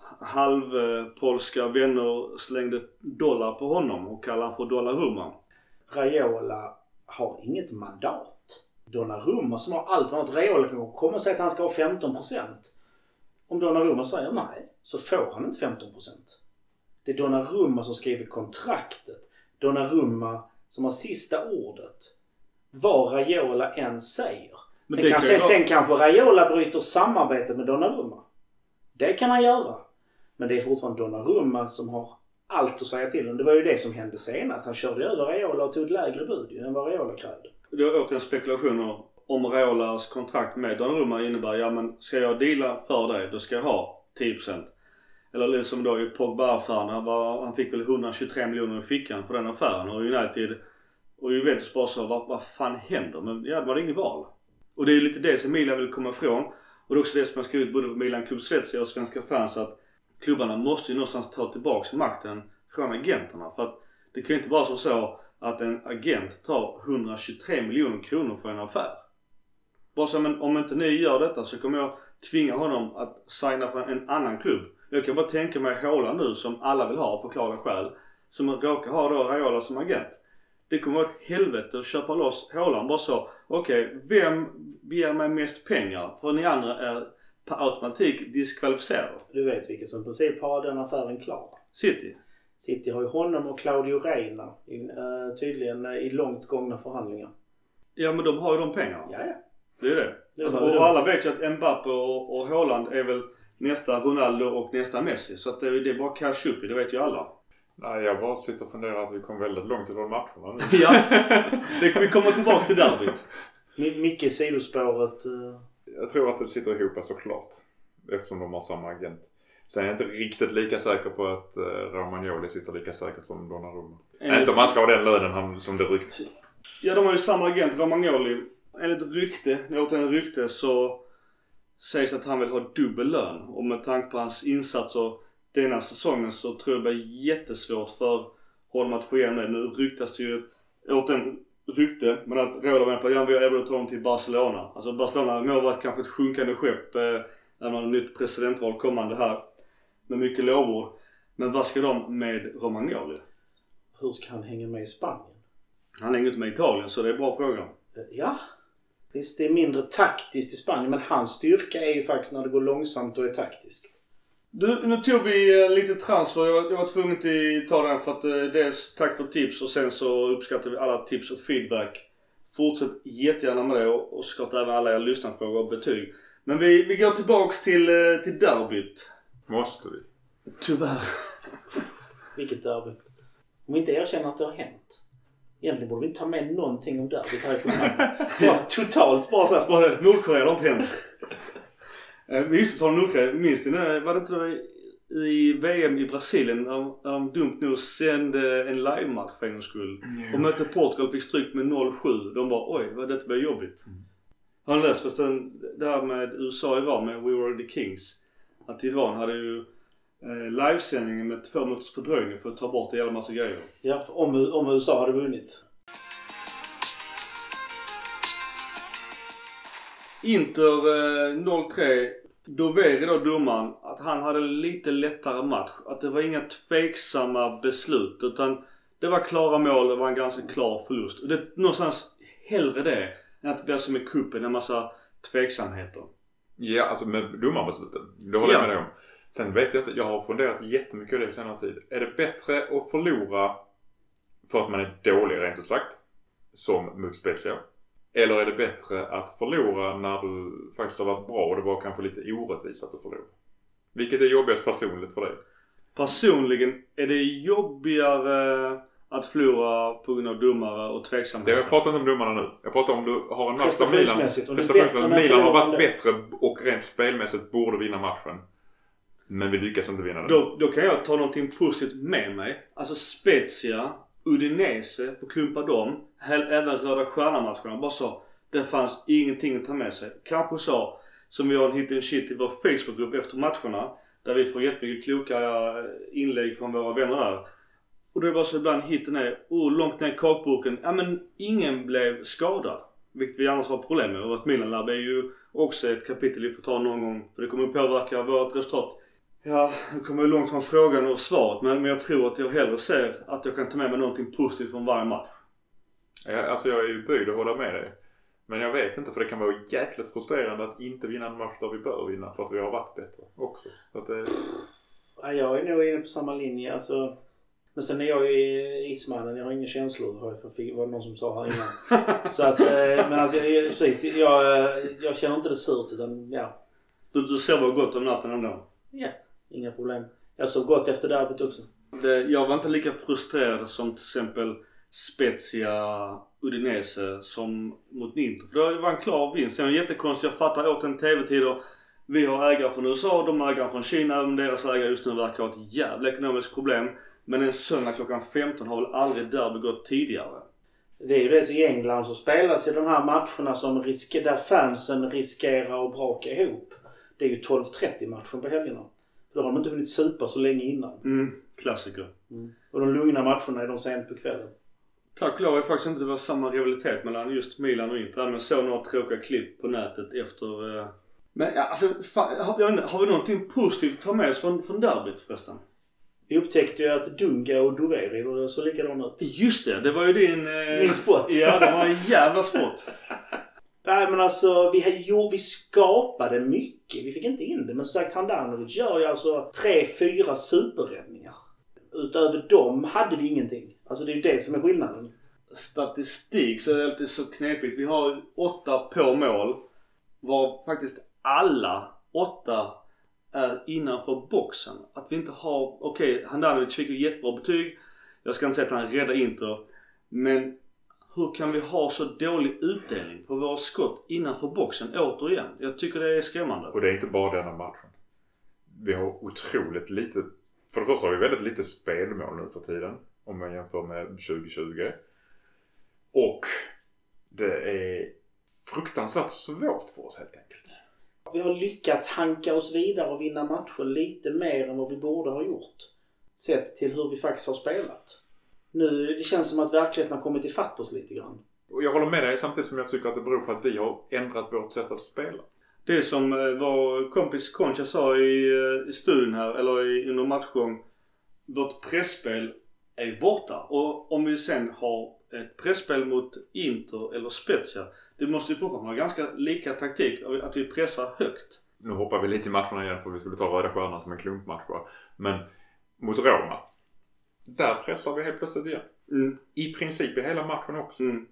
halvpolska vänner slängde dollar på honom och kallade han för Dollarumma. Raiola har inget mandat. Donnarumma som har allt med att Raiola kommer och säga att han ska ha femton procent. Om Donnarumma säger nej så får han inte femton procent. Det är Donnarumma som skriver kontraktet. Donnarumma som har sista ordet. Vad Raiola än säger. Sen, kan, sen, sen kanske Raiola bryter samarbetet med Donnarumma. Det kan han göra. Men det är fortfarande Donnarumma som har allt att säga till. Och det var ju det som hände senast. Han körde över Raiola och tog ett lägre bud än vad Raiola krävde. Det är återigen spekulationer om Raiolas kontrakt med Donnarumma innebär, ja men ska jag deala för dig, då ska jag ha tio procent. Eller som då i Pogba-affären. Han, var, han fick väl hundratjugotre miljoner i fickan för den affären. Och United och Juventus bara så, vad, vad fan händer? Men ja, det var inget val. Och det är ju lite det som Milan vill komma ifrån. Och det är också det som jag skrivit både på Milan Club Svezia och svenska fans. Att klubbarna måste ju någonstans ta tillbaka makten från agenterna. För att det kan ju inte vara så, så att en agent tar hundratjugotre miljoner kronor för en affär. Bara så, men om inte ni gör detta så kommer jag tvinga honom att signa för en annan klubb. Jag kan bara tänka mig Haaland nu som alla vill ha, förklara själv. Som råkar ha då Raiola som agent. Det kommer vara ett helvete att köpa loss Haaland. Bara så, okej, okay, vem ger mig mest pengar? För ni andra är på automatik diskvalificerade. Du vet vilket som i princip har den affären klar. City. City har ju honom och Claudio Reina uh, tydligen uh, i långt gångna förhandlingar. Ja, men de har ju de pengarna. Ja, ja. Det är det. det alltså, och och alla vet ju att Mbappé och, och Haaland är väl nästa Ronaldo och nästa Messi. Så att det, det är bara cash upp i, det vet ju alla. Nej, jag bara sitter och funderar att vi kom väldigt långt i vår matcherna nu. Ja, det kan vi komma tillbaka till derbyt. Mycket sidospåret. Uh... Jag tror att det sitter ihop såklart. Eftersom de har samma agent. Sen är jag inte riktigt lika säker på att uh, Romagnoli sitter lika säkert som Donnarumma. Enligt... Inte om man ska ha den lönen han, som det rykte. Ja, de har ju samma agent, Romagnoli. Enligt rykte, när en rykte så sägs att han vill ha dubbel lön. Och med tanke på hans insatser denna säsongen så tror jag det blir jättesvårt för honom att få igen med. Nu ryktas det ju åt en rykte, men att Raiola var på att vi har erbjudit honom till Barcelona. Alltså Barcelona må vara kanske ett sjunkande skepp eh, när man har ett nytt presidentval kommande här med mycket lovord. Men vad ska de med Romagnoli? Hur ska han hänga med i Spanien? Han hänger inte med i Italien, så det är en bra fråga. Ja, visst, det är mindre taktiskt i Spanien, men hans styrka är ju faktiskt när det går långsamt och är taktiskt. Du, nu tog vi lite transfer. Jag, jag var tvungen att ta den för att dels tack för tips och sen så uppskattar vi alla tips och feedback. Fortsätt jättegärna med det och, och såklart även alla er lyssnarfrågor och betyg. Men vi, vi går tillbaks till, till derbyt. Måste vi? Tyvärr. Vilket derby? Om vi inte erkänner att det har hänt. Egentligen borde vi inte ta med någonting om derbyt här i programmet. Ja, totalt bara så. Nordkorea har inte hänt. Vi just talar om Nordkorea. Minns ni det? Var det inte då i V M i Brasilien när de dumt nog sände en live-match för en gångs skull. Mm. Och mötte Portugal och fick strykt med noll sju. De bara, oj, vad detta blir jobbigt. Mm. Har ni läst förresten det här med U S A och Iran med We Were the Kings? Att Iran hade ju eh, livesändningen med två minuters fördröjning för att ta bort en jävla massa grejer. Ja, om, om U S A hade vunnit. Inter eh, noll tre. Då väger då domaren att han hade lite lättare match. Att det var inga tveksamma beslut. Utan det var klara mål. Det var en ganska klar förlust. Och det är någonstans hellre det än att det blir som i kuppen. En massa tveksamheter. Ja, alltså med domarbesluten. Det håller ja. jag med dig om. Sen vet jag inte. Jag har funderat jättemycket på det senare tid. Är det bättre att förlora för att man är dålig rent ut sagt? Som mot Spezia? Eller är det bättre att förlora när du faktiskt har varit bra och det var kanske lite orättvist att du förlorar? Vilket är jobbigast personligt för dig? Personligen är det jobbigare att förlora på grund av domare och tveksamhet. Jag pratar inte om domarna nu. Jag pratar om du har en match där Milan, Milan, Milan har varit bättre och rent spelmässigt borde vinna matchen. Men vi lyckas inte vinna den. Då, då kan jag ta någonting positivt med mig. Alltså Spezia, Udinese, får klumpa dem. Även Röda Stjärna-matcherna. Bara så. Det fanns ingenting att ta med sig. Kanske så som vi har en hit and shit i vår Facebookgrupp efter matcherna. Där vi får jättemycket kloka inlägg från våra vänner där. Och då är det bara så ibland hitten är oh, långt ner i kakburken. Ja men ingen blev skadad. Vilket vi annars har problem med. Och att Milan Lab är ju också ett kapitel vi får ta någon gång. För det kommer att påverka vårt resultat. Ja, det kommer ju långt från frågan och svaret. Men, men jag tror att jag hellre ser att jag kan ta med mig någonting positivt från varje match. Ja, alltså jag är ju böjd att hålla med dig. Men jag vet inte, för det kan vara jäkligt frustrerande att inte vinna en match där vi bör vinna. För att vi har varit bättre också. Så att det... ja, jag är nog inne på samma linje. Alltså... Men sen är jag ju ismannen, jag har inga känslor. Det var någon som sa här innan. Så att, men alltså, jag, precis, jag, jag känner inte det surt utan, ja. Du, du sover gott om natten ändå? Ja, inga problem. Jag sov gott efter derbyt också. Det, jag var inte lika frustrerad som till exempel Spezia, Udinese som mot Inter. För det var en klar vinst. Det var jättekonstigt. Jag fattar åt en tv-tid och Vi har ägare från U S A, de har ägare från Kina. Även deras ägare just nu verkar ha ett jävla ekonomiskt problem. Men en söndag klockan femton har väl aldrig derby gått tidigare. Det är ju det i England så spelas i de här matcherna som risker, där fansen riskerar att braka ihop. Det är ju tolv trettio matchen på helgerna. För då har de inte hunnit supa så länge innan. Mm, klassiker. Mm. Och de lugna matcherna är de sent på kvällen. Tack och lov är faktiskt inte det var samma rivalitet mellan just Milan och Inter. Men så några tråkiga klipp på nätet efter... Eh... Men ja, alltså, fan, har, jag inte, har vi någonting positivt att ta med oss från, från derbyt förresten? Vi upptäckte ju att Dunga och Doveri så likadant ut. Just det, det var ju din... Eh... Min spot. Ja, det var en jävla spot. Nej men alltså, vi, jo, vi skapade mycket. Vi fick inte in det. Men som sagt, Handanovic gör ju alltså tre, fyra superräddningar. Utöver dem hade vi ingenting. Alltså det är ju det som är skillnaden. Statistik så är det lite så knepigt. Vi har åtta på mål. Var faktiskt alla åtta är innanför boxen. Att vi inte har... Okej, okay, Handanovic fick ju jättebra betyg. Jag ska inte säga att han räddar Inter. Men hur kan vi ha så dålig utdelning på våra skott innanför boxen återigen? Jag tycker det är skrämmande. Och det är inte bara denna matchen. Vi har otroligt lite... För det första har vi väldigt lite spelmål nu för tiden. Om man jämför med tjugo tjugo. Och det är fruktansvärt svårt för oss helt enkelt. Vi har lyckats hanka oss vidare och vinna matcher lite mer än vad vi borde ha gjort. Sett till hur vi faktiskt har spelat. Nu det känns som att verkligheten har kommit ifatt oss lite grann. Och jag håller med dig samtidigt som jag tycker att det beror på att vi har ändrat vårt sätt att spela. Det som vår kompis Concha sa i, i studion här, eller i, under matchgång. Vårt pressspel är borta. Och om vi sen har ett pressspel mot Inter eller Spezia, det måste ju fortfarande vara ganska lika taktik. Att vi pressar högt. Nu hoppar vi lite i matcherna igen för vi skulle ta Röda Stjärnan som en klumpmatch bara. Men mot Roma, där pressar vi helt plötsligt igen. Mm. I princip i hela matchen också. Mm.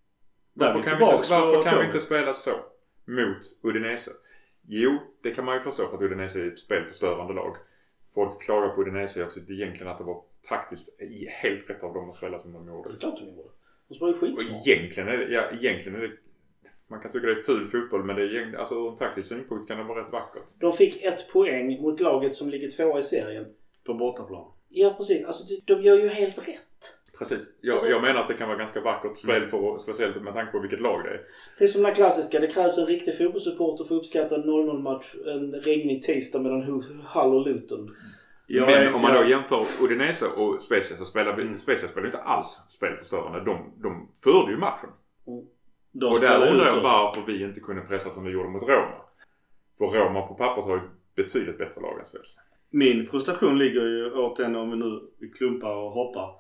Varför kan, vi inte, varför kan vi inte spela så mot Udinese? Jo, det kan man ju förstå för att Udinese är ett spelförstörande lag. Folk klagar på Udinese. Jag tyckte egentligen att det var taktiskt helt rätt av dem att spela som de gjorde. Det är klart de gjorde. De spelar ju skitsmart. Och egentligen är det, ja, egentligen är det, man kan tycka det är ful fotboll, men det är, alltså ur en taktisk synpunkt kan det vara rätt vackert. De fick ett poäng mot laget som ligger tvåa i serien. På bortaplan. Ja, precis. Alltså, de, de gör ju helt rätt. Precis. Jag, alltså, jag menar att det kan vara ganska vackert spel för, speciellt med tanke på vilket lag det är. Det är som den klassiska. Det krävs en riktig fotbollssupporter för att uppskatta en noll noll-match en regnig tisdag mellan Hull och Luton. Ja, men är, om man då jämför Udinese och Spezia så spelar mm. Spezia spelar inte alls spelförstörande. De, de förde ju matchen. Mm. De och där undrar jag varför vi inte kunde pressa som vi gjorde mot Roma. För Roma på pappret har ju betydligt bättre lag än Spezia. Min frustration ligger ju åt den om vi nu klumpar och hoppar.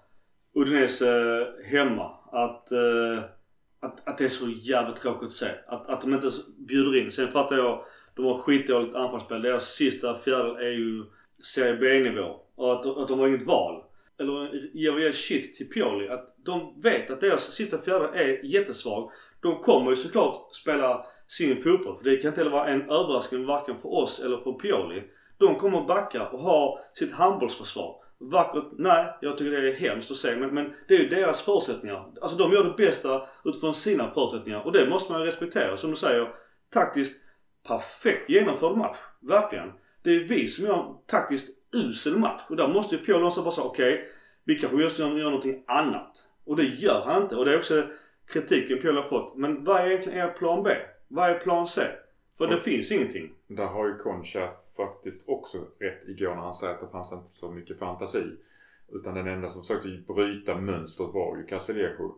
Udinese hemma. Att, uh, att, att det är så jävligt tråkigt att se. Att, att de inte bjuder in. Sen fattar jag, de har skitdåligt anfallsspel. Deras sista fjärdedel är ju Serie B-nivå. Och att, att de har inget val. Eller ger vi shit till Pioli. Att de vet att deras sista fjärdedel är jättesvag. De kommer ju såklart spela sin fotboll. För det kan inte heller vara en överraskning varken för oss eller för Pioli. De kommer backa och ha sitt handbollsförsvar. Vackert, nej, jag tycker det är hemskt att se. Men, men det är ju deras förutsättningar. Alltså de gör det bästa utifrån sina förutsättningar. Och det måste man respektera. Som du säger, taktiskt perfekt genomförd match. Verkligen. Det är vi som gör en taktiskt usel match. Och där måste ju Pioli bara säga, okej, okay, vi kanske just gör någonting annat. Och det gör han inte. Och det är också kritiken Pioli har fått. Men vad är egentligen er plan B? Vad är plan C? För och det finns ingenting. Där har ju Concha faktiskt också rätt igår när han säger att det fanns inte så mycket fantasi. Utan den enda som försökte bryta mönstret var ju Castillejo.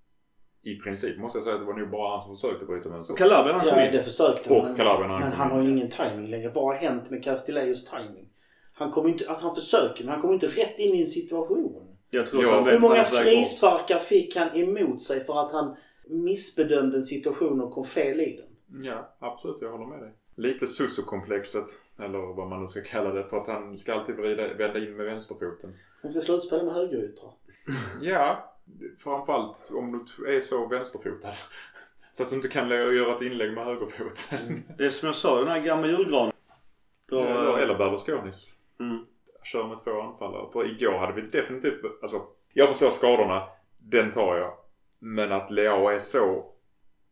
I princip måste jag säga att det var nog bara han som försökte bryta mönstret. Calabrian han kom in. Ja, det försökte och han. Calabrian han men han har ju ingen timing längre. Vad har hänt med Castillejos timing? Han kommer inte, alltså han försöker, men han kommer inte rätt in i en situation. Jag tror ja, att han hur många frisparkar fick han emot sig för att han missbedömde en situation och kom fel i den? Ja, absolut. Jag håller med dig. Lite Suso-komplexet, eller vad man nu ska kalla det, för att han ska alltid vrida, vända in med vänsterfoten. Han ska slutspela med högeryttrar. Ja, framförallt om du är så vänsterfotad. Så att du inte kan göra ett inlägg med högerfoten. Det är som jag sa, den här gamla julgranen. Då, ja, eller Berlusconis. Mm. Kör med två anfallare. För igår hade vi definitivt... Alltså, jag förstår skadorna. Den tar jag. Men att Leao är så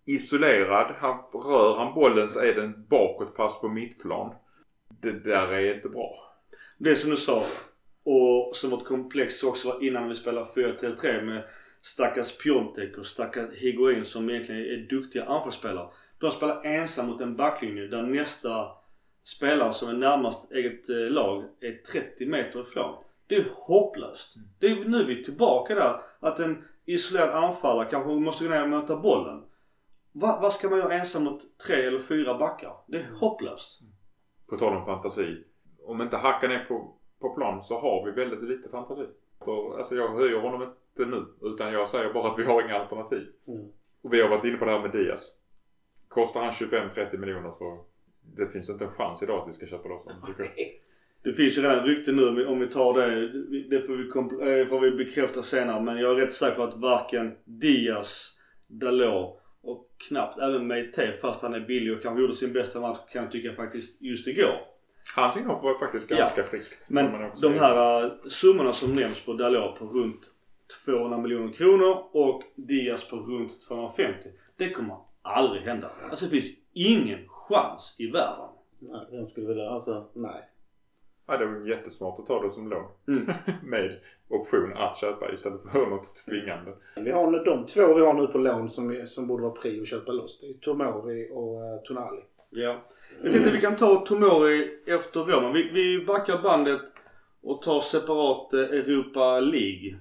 isolerad. Han rör han bollen så är den bakåtpass på mittplan. Det där är inte bra. Det är som du sa. Och som vårt komplex också var innan vi spelade fyra tre tre med stackars Piontek och stackars Higuain som egentligen är duktiga anfallsspelare. De spelar ensam mot en backlinje där nästa spelare som är närmast eget lag är trettio meter ifrån. Det är hopplöst. Det är nu vi är tillbaka där att en isolerad anfallare kanske måste gå ner och möta bollen. Va, vad ska man göra ensam mot tre eller fyra backar? Det är hopplöst. På tal om fantasi. Om inte hackar ner på, på plan så har vi väldigt lite fantasi. Så, alltså jag höjer honom inte nu. Utan jag säger bara att vi har inga alternativ. Mm. Och vi har varit inne på det här med Diaz. Kostar han tjugofem till trettio miljoner så det finns inte en chans idag att vi ska köpa loss honom. Det finns ju redan rykte nu om vi tar det. Det får vi, kompl- får vi bekräfta senare. Men jag är rätt säker på att varken Diaz, Dalot och knappt även Meite, fast han är billig och kanske gjorde sin bästa match, kan jag tycka faktiskt just igår. Hans inhopp var faktiskt ganska ja. friskt. Men de här uh, summorna som nämns på Dalot på runt tvåhundra miljoner kronor och Diaz på runt tvåhundrafemtio. Det kommer aldrig hända. Alltså det finns ingen chans i världen. Nej, de skulle vilja, alltså, nej. Ja, det var jättesmart att ta det som lån. Mm. Med option att köpa istället för något tvingande. Vi har de två vi har nu på lån som, som borde vara prio att köpa loss. Det är Tomori och uh, Tonali. Ja. Jag tänkte vi kan ta Tomori efter våren. Vi, vi backar bandet och tar separat Europa League.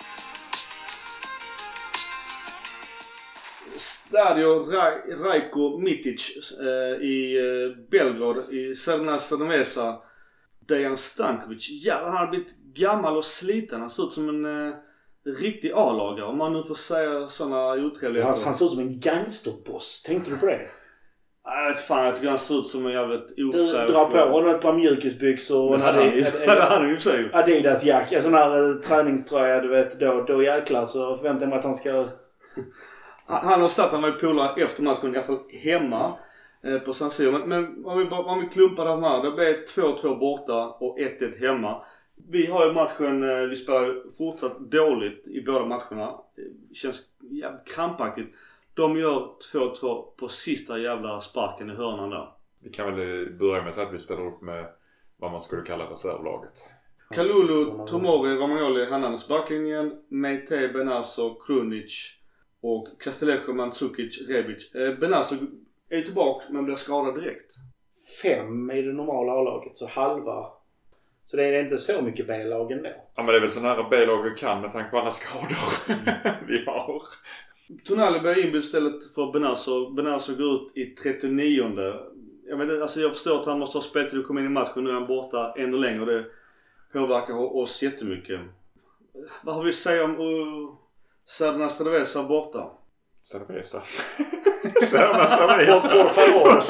Stadio Rajko Mitic eh, i eh, Belgrad i Crvena Zvezda. Dejan Stankovic. Ja, han har blivit gammal och sliten. Han ser ut som en eh, riktig A-lagare. Om man nu får säga sådana otrevligheter. Han, han ser ut som en gangsterboss. Tänkte du på det? Jag vet fan, jag tycker han ser ut som en jävligt ofräsch. Du drar på honom ett par mjukisbyxor och en Adidas, Adidas jack. En sån här uh, träningströja, du vet. Då, då jäklar så förväntar jag mig att han ska... Han och Zlatan var ju polare efter matchen, i alla fall hemma eh, på San Siro. Men, men om, vi, om vi klumpar de här, det blev två två borta och ett ett hemma. Vi har ju matchen, eh, vi spelar fortsatt dåligt i båda matcherna. Det känns jävligt krampaktigt. De gör två två på sista jävla sparken i hörnan där. Vi kan väl börja med så att vi ställer upp med vad man skulle kalla reservlaget. Kalulu, Tomori, Romagnoli, Hernandez backlinjen, Meite, Benazo, Krunic och Castellejo, Mandzukic, Rebic. Eh, Benazo är tillbaka men blir skadad direkt. Fem i det normala A-laget, så halva. Så det är inte så mycket B-lag ändå. Ja, men det är väl sådana här B-lag vi kan med tanke på alla skador vi har. Tonali blir inbytt istället för Benazo. Benazo går ut i trettionionde. Jag vet, alltså jag förstår att han måste ha spelat till att komma in i matchen. Nu är han borta ännu längre och det påverkar oss jättemycket. Vad har vi att säga om uh, Crvena Zvezda borta? Cerveza. Crvena Zvezda. Por favor.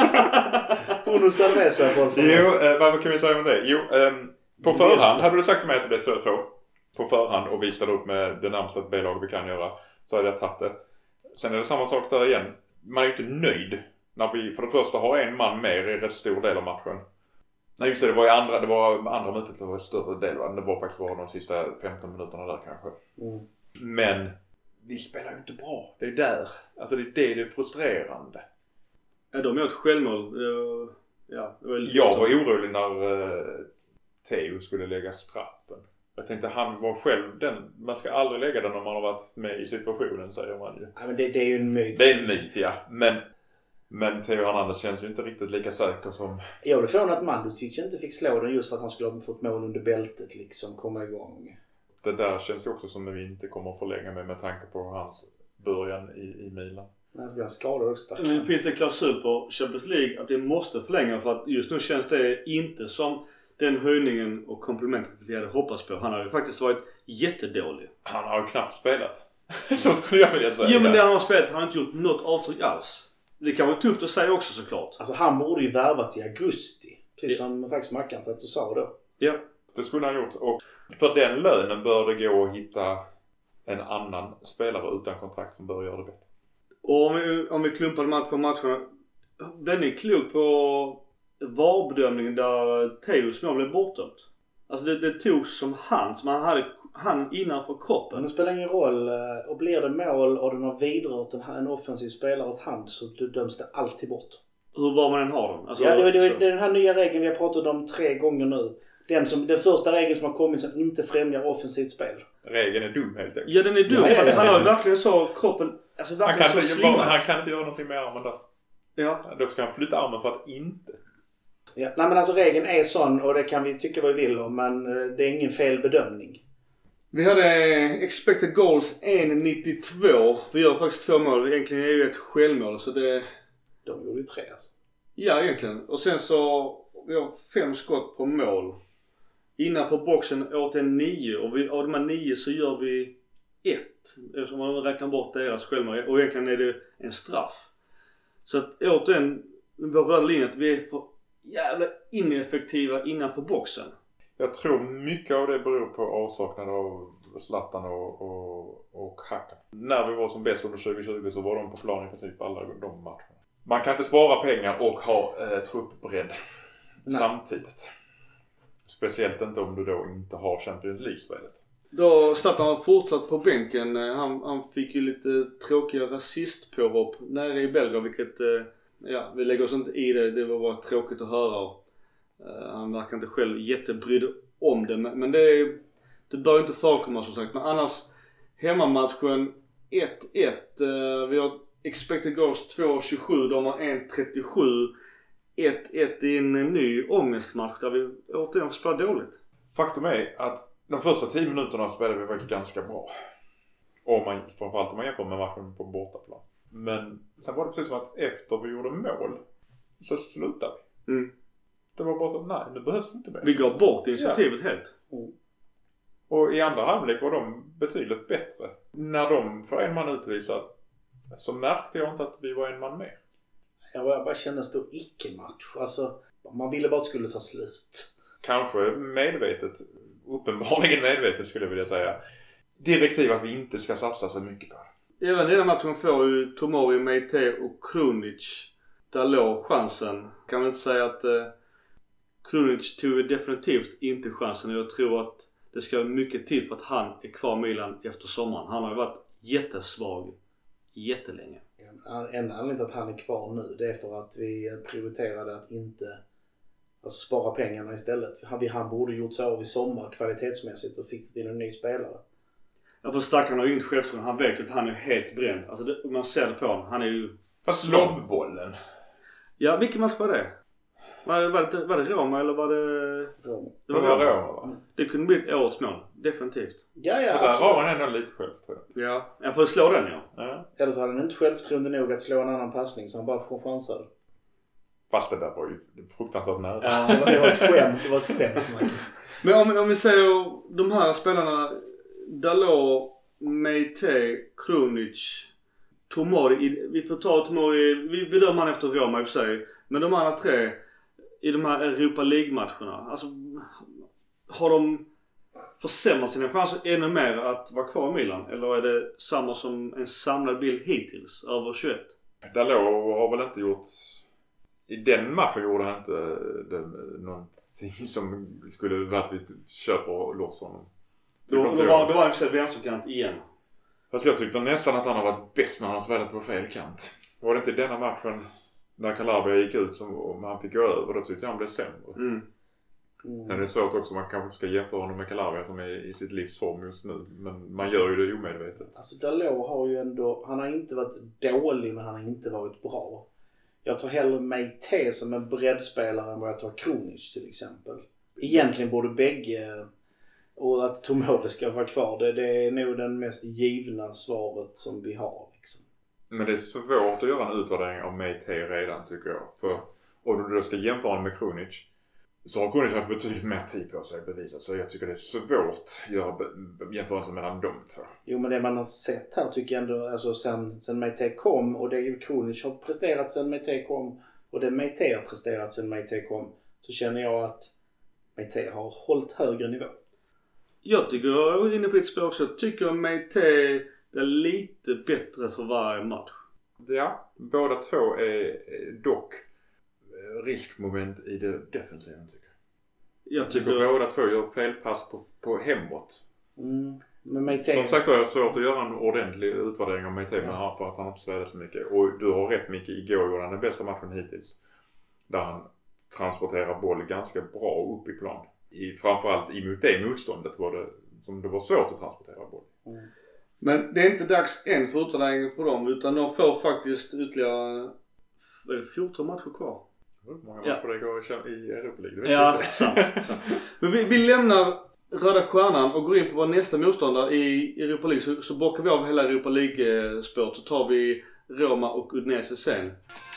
Uno Cerveza, por favor. Jo, eh, vad kan vi säga om det? Jo, eh, på förhand hade du sagt till mig att det blev två två. På förhand och vi ställer upp med det närmaste B-lag vi kan göra. Så hade jag tagit det. Sen är det samma sak där igen. Man är ju inte nöjd när vi för det första har en man mer i rätt stor del av matchen. Nej just det, det var i andra, det var andra mötet som var en större del. Det var faktiskt bara de sista femton minuterna där kanske. Mm. Men vi spelar ju inte bra. Det är där. Alltså det är det, det är frustrerande. Ja, de gör ett självmål. Ja, det var jag var orolig när uh, Theo skulle lägga straffen. Jag tänkte han var själv den. Man ska aldrig lägga den om man har varit med i situationen, säger man ju. Ja, men det, det är ju en myt. Det är en myt, ja. Men, men Theo Hernandez känns ju inte riktigt lika säker som... Jag blev förvånad att Mandzukic inte fick slå den just för att han skulle ha fått mål under bältet liksom komma igång. Det där känns ju också som att vi inte kommer att förlänga med med tanke på hans början i, i Milan. Men så blir han skadad också. Men finns det en klausul på Champions League att det måste förlänga för att just nu känns det inte som den höjningen och komplimentet vi hade hoppats på. Han har ju faktiskt varit jättedålig. Han har ju knappt spelat. Så skulle jag vilja säga. Jo, men det han har spelat har han inte gjort något avtryck alls. Det kan vara tufft att säga också såklart. Alltså han borde ju värvat i augusti. Precis ja. Som faktiskt Mackan så att du sa då. Ja, det skulle han ha gjort. Och för den lönen bör det gå att hitta en annan spelare utan kontrakt som bör göra det bättre. Och om vi, om vi klumpar match för matcherna. Den är klok på varbedömningen där Theos mål blev bortdömt. Alltså det, det togs som hans. Man hade, han innanför kroppen. Men det spelar ingen roll. Och blir det mål och den har vidrört en, en offensiv spelares hand så döms det alltid bort. Hur var man än har den. Alltså, ja, det, det, det är den här nya regeln vi har pratat om tre gånger nu. Den, som, den första regeln som har kommit som inte främjar offensivt spel. Regeln är dum helt enkelt. Ja, den är dum. Ja, ja, ja. Han har ju verkligen så kroppen... Alltså, verkligen han, kan så inte, han kan inte göra någonting med armen där. Ja. Då ska han flytta armen för att inte... Ja, nej, men alltså regeln är sån och det kan vi tycka vad vi vill om, men det är ingen fel bedömning. Vi hade expected goals en komma nittiotvå. Vi gör faktiskt två mål. Egentligen är det ju ett självmål så det... De gjorde ju tre alltså. Ja, egentligen. Och sen så... Vi har fem skott på mål. Innanför boxen åt en nio. Och vi, av de här nio så gör vi ett. Eftersom man räknar bort deras självmål. Och egentligen är det en straff. Så att återigen, vår röda linje att vi är för jävla ineffektiva innanför boxen. Jag tror mycket av det beror på avsaknad av Zlatan och, och, och Hakan. När vi var som bäst under tjugo tjugo så var de på plan i princip alla de matcherna. Man kan inte spara pengar och ha eh, truppbredd samtidigt. Speciellt inte om du då inte har Champions League-spelet. Då Zlatan har fortsatt på bänken. Han, han fick ju lite tråkiga rasistpåhopp nere i Belgrad, vilket... Ja, vi lägger oss inte i det. Det var bara tråkigt att höra. Uh, han verkar inte själv jättebrydd om det. Men, men det, är, det bör inte förekomma som sagt. Men annars, hemmamatchen ett ett. Uh, vi har expected goals två komma tjugosju. De har en komma trettiosju. ett ett i en ny ångestmatch där vi återigen får spela dåligt. Faktum är att de första tio minuterna spelade vi faktiskt ganska bra. Om man, framförallt om man jämför med matchen på bortaplan. Men sen var det precis som att efter vi gjorde mål så slutade vi. Mm. Det var bara så, nej, det behövs inte mer. Vi går bort initiativet ja. helt. Mm. Och i andra halvlek var de betydligt bättre. När de för en man utvisad så märkte jag inte att vi var en man med. Jag bara kände en stor icke-match. Alltså, man ville bara att det skulle ta slut. Kanske medvetet, uppenbarligen medvetet skulle jag vilja säga. Direktiv att vi inte ska satsa så mycket på det. Även i den matchen får ju Tomori, Meite och Krunic där låg chansen. Kan man inte säga att eh, Krunic tog definitivt inte chansen. Jag tror att det ska mycket till för att han är kvar i Milan efter sommaren. Han har ju varit jättesvag jättelänge. En anledning till att han är kvar nu, det är för att vi prioriterade att inte alltså spara pengarna istället. Han, han borde gjort så av i sommar kvalitetsmässigt och fixat in en ny spelare. Ja, för Stackarn har ju inte självförtroende. Han vet att han är helt bränd. Alltså det, man ser det på honom. Han är ju... Fast lobbbollen. Ja, vilken match var det? Var, var, det, var det Roma eller var det... Roma. Det var, det var Roma, Roma va? Det kunde bli ett årets mål. Definitivt. Ja, ja, för där har han ändå lite självförtroende. Ja, jag får slå den ja. ja. Eller så hade han inte självförtroende nog att slå en annan passning så han bara får chanser. Fast det där var ju fruktansvärt nära. Ja, det var, det var ett skämt. Det var ett skämt. Man. Men om, om vi säger de här spelarna... Dalot, Meite, Krunic, Tomori. Vi får ta Tomori. Vi bedömer han efter Roma i och för sig. Men de andra tre i de här Europa League-matcherna. Alltså, har de försämrat sina chanser ännu mer att vara kvar i Milan? Eller är det samma som en samlad bild hittills över tjugoett? Dalot har väl inte gjort... I den matchen gjorde han inte det, någonting som skulle vara att vi köper loss honom. Då, då, var, då var han för vänsterkant igen. Fast jag tyckte nästan att han har varit bäst när han har spelat på fel kant. Var det inte i denna matchen när Calabria gick ut som och han fick gå över, då tyckte jag han blev sämre. Mm. Mm. Men det är svårt också, man kanske ska jämföra honom med Calabria som är i sitt livsform just nu. Men man gör ju det omedvetet. Alltså Dalot har ju ändå, han har inte varit dålig men han har inte varit bra. Jag tar hellre Meite som en breddspelare än vad jag tar Krunic till exempel. Egentligen borde bägge... Och att Tomori ska vara kvar, det, det är nog den mest givna svaret som vi har. Liksom. Men det är svårt att göra en utvärdering av Meite redan tycker jag. För om du då ska jämföra honom med Krunic så har Krunic haft betydligt mer tid på sig att bevisa. Så jag tycker det är svårt att göra jämförelsen mellan de två. Jo, men det man har sett här tycker jag ändå, alltså sen, sen Meite kom och det Krunic har presterat sen Meite kom och det Meite har presterat sen Meite kom, så känner jag att Meite har hållit högre nivå. Jag tycker, jag är inne på ett spår också, jag tycker Meite är lite bättre för varje match. Ja, båda två är dock riskmoment i det defensiven tycker jag. Jag tycker, jag tycker båda två gör felpass på, på hemåt. Mm. Men Meite... Som sagt var jag svårt att göra en ordentlig utvärdering av Meite ja. för att han inte spelade så mycket. Och du har rätt mycket. Igår gjorde han den bästa matchen hittills. Där han transporterar boll ganska bra upp i plan. I, framförallt emot det motståndet var det som det var svårt att transportera boll. Mm. Men det är inte dags än för utvärdering på dem, utan de får faktiskt ytterligare fjorton matcher kvar. Hur många matcher ja. det går i Europa League? Ja, sant, sant. Men vi, vi lämnar Röda Stjärnan och går in på vår nästa motståndare i Europa League. Så, så bockar vi av hela Europa League-spåret. Så tar vi Roma och Udinese sen.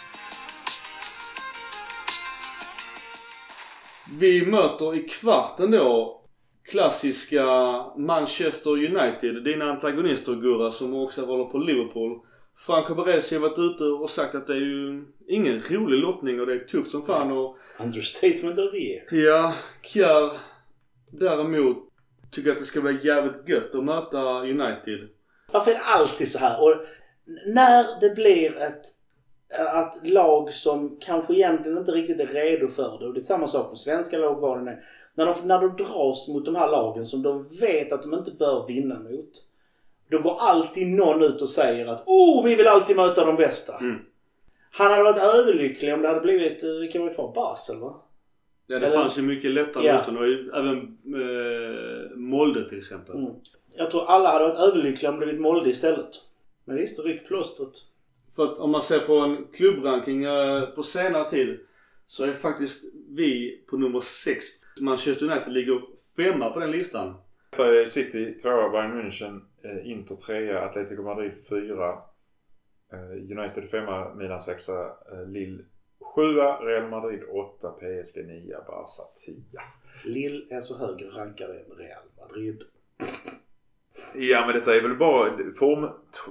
Vi möter i kvarten då klassiska Manchester United. Dina antagonister, Gurra, som också håller på Liverpool. Franco Baresi har varit ute och sagt att det är ju ingen rolig lottning och det är tufft som fan. Och understatement of the year. Ja, Kjär däremot tycker att det ska vara jävligt gött att möta United. Varför är det alltid så här? Och när det blir ett att lag som kanske egentligen inte riktigt är redo för det, och det är samma sak med svenska lag var det är, när de, när de dras mot de här lagen som de vet att de inte bör vinna mot, då går alltid någon ut och säger att oh, vi vill alltid möta de bästa. Mm. Han hade varit överlycklig om det hade blivit, vilka var det kvar, Basel va? Ja, det Eller, fanns ju mycket lättare ja. motstånd och även eh, Molde till exempel. Mm. Jag tror alla hade varit överlyckliga om det blivit Molde istället. Men visst, ryck plåstret. För att om man ser på en klubbranking eh, på senare tid så är faktiskt vi på nummer sex. Manchester United ligger femma på den listan. City tvåa, Bayern München, eh, Inter trea, Atletico Madrid fyra, eh, United femma, Milan sexa, eh, Lille sjua, Real Madrid åtta, P S G nio, Barca tio. Lille är så högre rankade än Real Madrid. Ja, men detta är väl bara form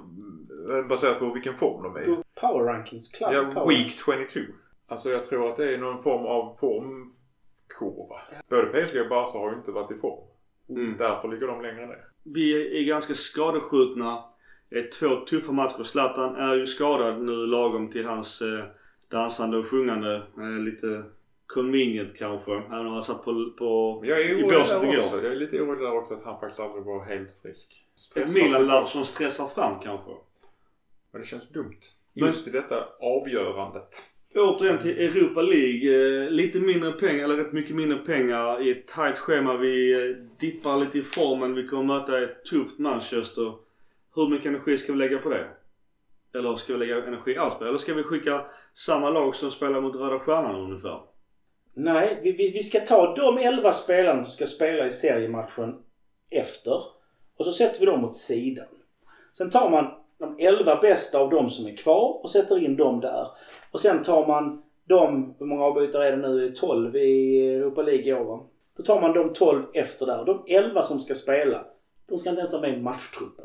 baserat på vilken form de är. Power rankings, club ja, power. Week tjugotvå. Alltså jag tror att det är någon form av formkurva. Både P S G och Barca har ju inte varit i form. Mm. Därför ligger de längre ner. Vi är ganska skadeskjutna. Det är två tuffa matcher. Zlatan är ju skadad nu lagom till hans eh, dansande och sjungande. Eh, lite convenient kanske. Även om han satt på, på jag är i båset igår. Jag är lite orolig där också att han faktiskt aldrig var helt frisk. Ett Milan-labb som stressar fram kanske. Men det känns dumt. Just i detta avgörandet. Återigen till Europa League. Lite mindre pengar, eller rätt mycket mindre pengar i ett tajt schema. Vi dippar lite i formen. Vi kommer möta ett tufft Manchester. Hur mycket energi ska vi lägga på det? Eller ska vi lägga energi alls på det? Eller ska vi skicka samma lag som spelar mot Röda Stjärnan ungefär? Nej, vi, vi, vi ska ta de elva spelarna som ska spela i seriematchen efter. Och så sätter vi dem mot sidan. Sen tar man de elva bästa av dem som är kvar och sätter in dem där. Och sen tar man de, hur många avbytare är det nu? tolv i Europa League i år va? Då tar man de tolv efter där. De elva som ska spela, de ska inte ens ha med i matchtruppen.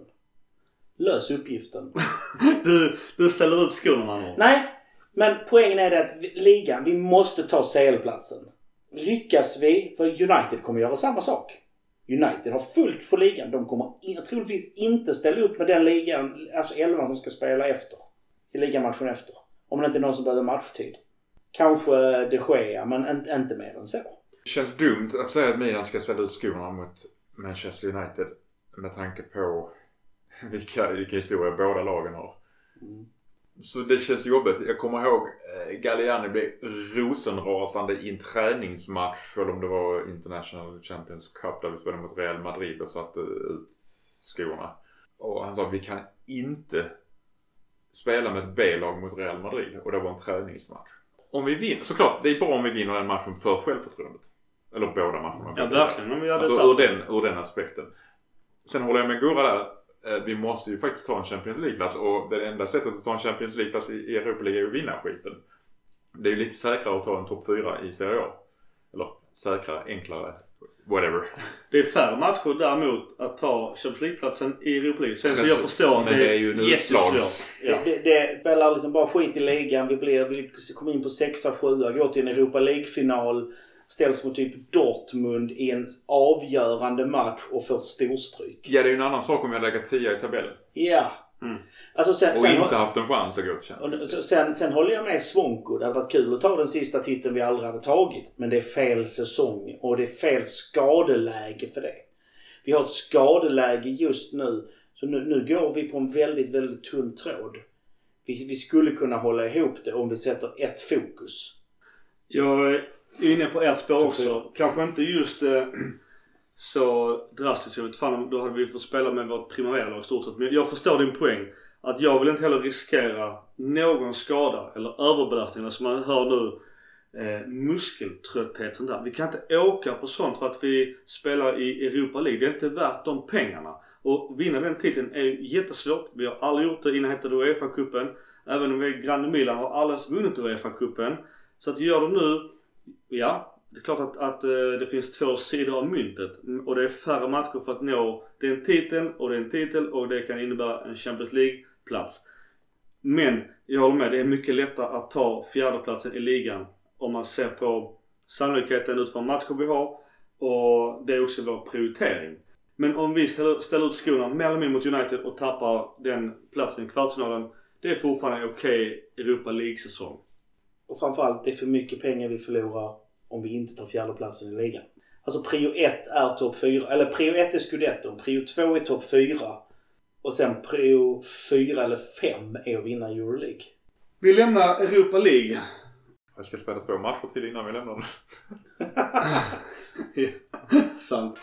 Lös uppgiften. du, du ställer ut skorna nu. Nej, men poängen är det att vi, ligan, vi måste ta C L-platsen. Lyckas vi, för United kommer göra samma sak. United har fullt på ligan. De kommer in, troligtvis inte ställa upp med den ligan, alltså elva som ska spela efter. I ligamatchen efter. Om det inte är någon som behöver matchtid. Kanske det sker, men inte, inte mer än så. Det känns dumt att säga att Milan ska ställa ut skorna mot Manchester United med tanke på vilka, vilka historier båda lagen har. Mm. Så det känns jobbigt. Jag kommer ihåg eh, Galliani blev rosenrasande i en träningsmatch, eller om det var International Champions Cup där vi spelade mot Real Madrid och satte ut skorna. Och han sa att vi kan inte spela med ett B-lag mot Real Madrid, och det var en träningsmatch. Om vi vinner, såklart, det är bra om vi vinner den matchen för självförtroendet. Eller båda matcherna. Ja, verkligen. Om vi hade alltså, ur, den, ur den aspekten. Sen håller jag med Gurra där. Vi måste ju faktiskt ta en Champions League-plats, och det enda sättet att ta en Champions League-plats i Europa League är att vinna skiten. Det är ju lite säkrare att ta en topp fyra i Serie A. Eller säkrare, enklare, whatever. Det är färre matcher däremot att ta Champions League-platsen i Europa League. Sen så jag förstår att det, det är ju en utslags. Ja. Det, det spelar liksom bara skit i ligan. Vi, blir, vi kommer in på sexa, sjua, går till en Europa League-final, ställs mot typ Dortmund i en avgörande match och får storstryk. Ja, det är ju en annan sak om jag lägger tio i tabellen. Ja. Mm. Alltså sen, och sen, inte haft en chans att gå till Champions. Sen, sen, sen håller jag med Svonko. Det hade varit kul att ta den sista titeln vi aldrig hade tagit. Men det är fel säsong och det är fel skadeläge för det. Vi har ett skadeläge just nu. Så nu, nu går vi på en väldigt, väldigt tunn tråd. Vi, vi skulle kunna hålla ihop det om vi sätter ett fokus. Jag är inne på ett spår också. Kanske inte just eh, så drastiskt. Jag vet fan, då hade vi fått spela med vårt primärlag i stort sett. Men jag förstår din poäng. Att jag vill inte heller riskera någon skada eller överbelastning. Som man hör nu. Eh, muskeltrötthet sånt där. Vi kan inte åka på sånt för att vi spelar i Europa League. Det är inte värt de pengarna. Och vinna den titeln är ju jättesvårt. Vi har aldrig gjort det innan hette det UEFA-cupen. Även om vi är Grande Milan har alldeles vunnit UEFA-cupen. Så att vi gör det nu. Ja, det är klart att, att eh, det finns två sidor av myntet. Och det är färre matcher för att nå den titeln och den titel. Och det kan innebära en Champions League-plats. Men jag håller med, det är mycket lättare att ta fjärdeplatsen i ligan. Om man ser på sannolikheten utifrån matcher vi har. Och det är också vår prioritering. Men om vi ställer, ställer ut skorna mer eller mindre mot United och tappar den platsen i kvartsfinalen. Det är fortfarande en okej Europa League-säsong. Och framförallt, det är för mycket pengar vi förlorar om vi inte tar fjärdeplatsen i ligan. Alltså prio ett är topp fyra. Eller prio ett är Scudetto. Prio två är topp fyra. Och sen prio fyra eller fem är att vinna Euroleague. Vi lämnar Europa League. Jag ska spela två matcher till innan vi lämnar den. Ja, sant.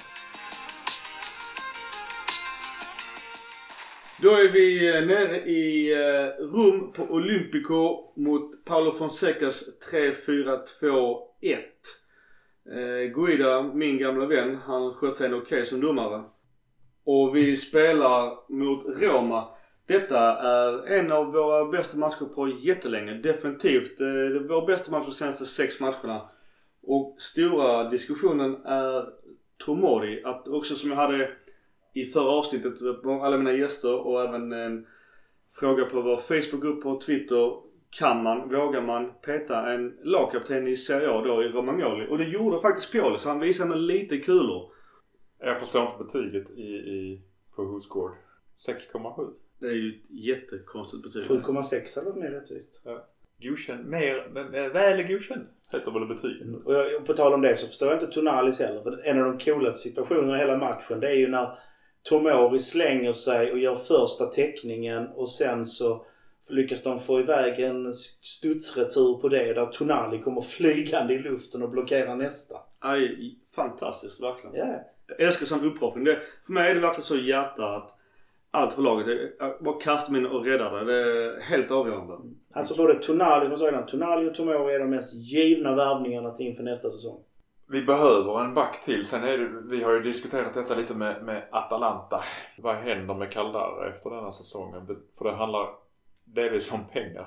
Då är vi nere i Rom på Olympico mot Paulo Fonsecas tre fyra två ett. Guida, min gamla vän, han sköt sig en okej som domare. Och vi spelar mot Roma. Detta är en av våra bästa matcher på jättelänge. Definitivt. Det är vår bästa match de senaste sex matcherna. Och stora diskussionen är Tomori. Att också som jag hade i förra avsnittet med alla mina gäster och även en fråga på vår Facebookgrupp och Twitter. Kan man, vågar man peta en lagkapten i Serie A då i Romagnoli? Och det gjorde faktiskt Pioli, så han visade med lite kulor. Jag förstår inte betyget i, i, på WhoScored. sex komma sju. Det är ju ett jättekonstigt betyg. sju komma sex eller mer rättvist. Ja. Godkänd, mer, väl godkänd. Heter väl betygen. Och, jag, och på tal om det så förstår jag inte Tonalis heller. För en av de coolaste situationerna i hela matchen, det är ju när Tomori slänger sig och gör första teckningen och sen så lyckas de få iväg en studsretur på det där Tonali kommer flygande i luften och blockerar nästa. Aj, fantastiskt, verkligen. Yeah. Jag älskar sån uppoffring. Det, för mig är det verkligen så hjärta att allt för laget är, bara kasta mig in och rädda det. Det är helt avgörande. alltså både Tonali, Tonali och Tomori är de mest givna värvningarna till inför nästa säsong. Vi behöver en back till. Sen är det, vi har ju diskuterat detta lite med, med Atalanta. Vad händer med Caldara efter denna säsongen? För det handlar delvis om pengar.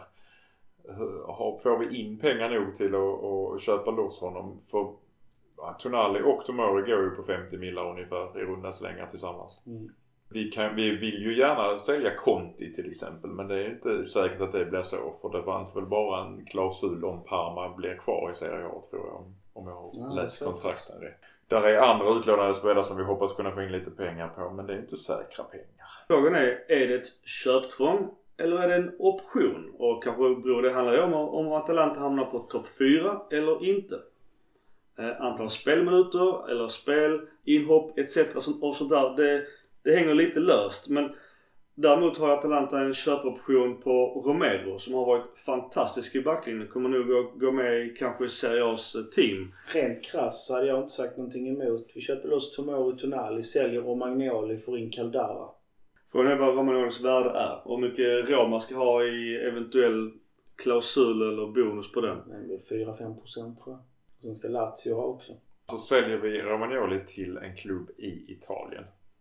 Får vi in pengar nog till att, att köpa loss honom? För Tonali och Tomori går ju på femtio millar ungefär i runda slängar tillsammans. Mm. Vi, kan, vi vill ju gärna sälja Conti till exempel, men det är inte säkert att det blir så. För det fanns väl bara en klausul om Parma blir kvar i Serie A, tror jag, om, om jag har ja, läst kontrakten rätt. Där är andra utlånade spelare som vi hoppas kunna få in lite pengar på, men det är inte säkra pengar. Frågan är, är det ett köptvång eller är det en option? Och kanske beror det handlar ju om om Atalanta hamnar på topp fyra eller inte. Eh, antal spelminuter eller spel, inhopp et cetera och sånt där. Det, det hänger lite löst. Men däremot har Atalanta en köpoption på Romero som har varit fantastisk i backlinjen. Kommer nog gå, gå med i kanske Serie A's team. Rent krass så hade jag inte sagt någonting emot. Vi köper loss Tomori, Tonali, säljer Romagnoli, får in Caldara. Frågan är vad Romagnolis värde är. Och hur mycket Roma ska ha i eventuell klausul eller bonus på den. Det är fyra till fem procent tror jag. Sen ska Lazio ha också. Så säljer vi Romagnoli till en klubb i Italien.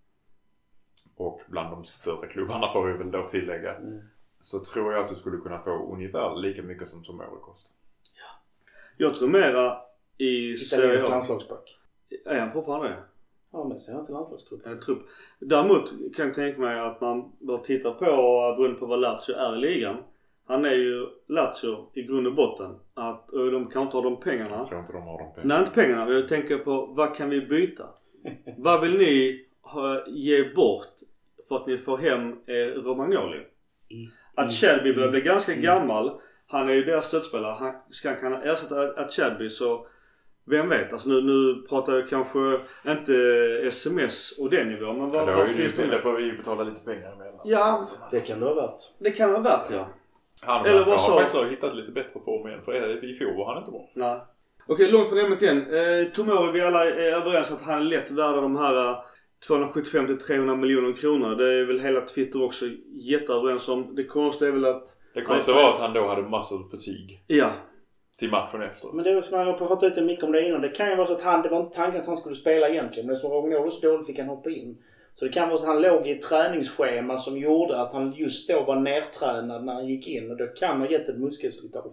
Och bland de större klubbarna får vi väl då tillägga. Mm. Så tror jag att du skulle kunna få ungefär lika mycket som Tomori kostar. Ja. Jag tror mera i italiensk landslagsback. Är han fortfarande det? Ja, men ser han till landslagstrupp. En trupp. Däremot kan jag tänka mig att man bör titta på beroende på vad Lazio är i ligan. Han är ju Lazio i grund och botten. Att de kan inte ha de pengarna. Jag tror inte de har de pengarna. Nej, inte pengarna. Men jag tänker på vad kan vi byta? Vad vill ni ha, ge bort för att ni får hem eh, Romagnoli? Att Chadby börjar bli ganska gammal. Han är ju deras stödspelare. Han ska kunna ersätta att Chadby så Vem vet? Alltså nu, nu pratar jag kanske inte sms och den nivån. Men vad, ja, vad finns det? Det får vi ju betala lite pengar emellan. Ja, det kan det vara värt. Det kan vara värt, ja. Han Eller har vad så... faktiskt hittat lite bättre form igen. För i fjol var han inte bra. Nej. Okej, långt från ämnet igen. Eh, Tomori, vi alla är överens att han är lätt värd de här tvåhundrasjuttiofem till trehundra miljoner kronor. Det är väl hela Twitter också jätteöverens om. Det konstiga är väl att... Det konstiga var att han då hade muscle fatigue. Ja. Till matchen efter. Men det är som jag har pratat lite mycket om det innan. Det kan ju vara så att han, det var inte tanken att han skulle spela egentligen. Men så Rognolo så dåligt fick han hoppa in. Så det kan vara så att han låg i ett träningsschema som gjorde att han just då var nertränad när han gick in. Och då kan ha gett ett muskelslitage.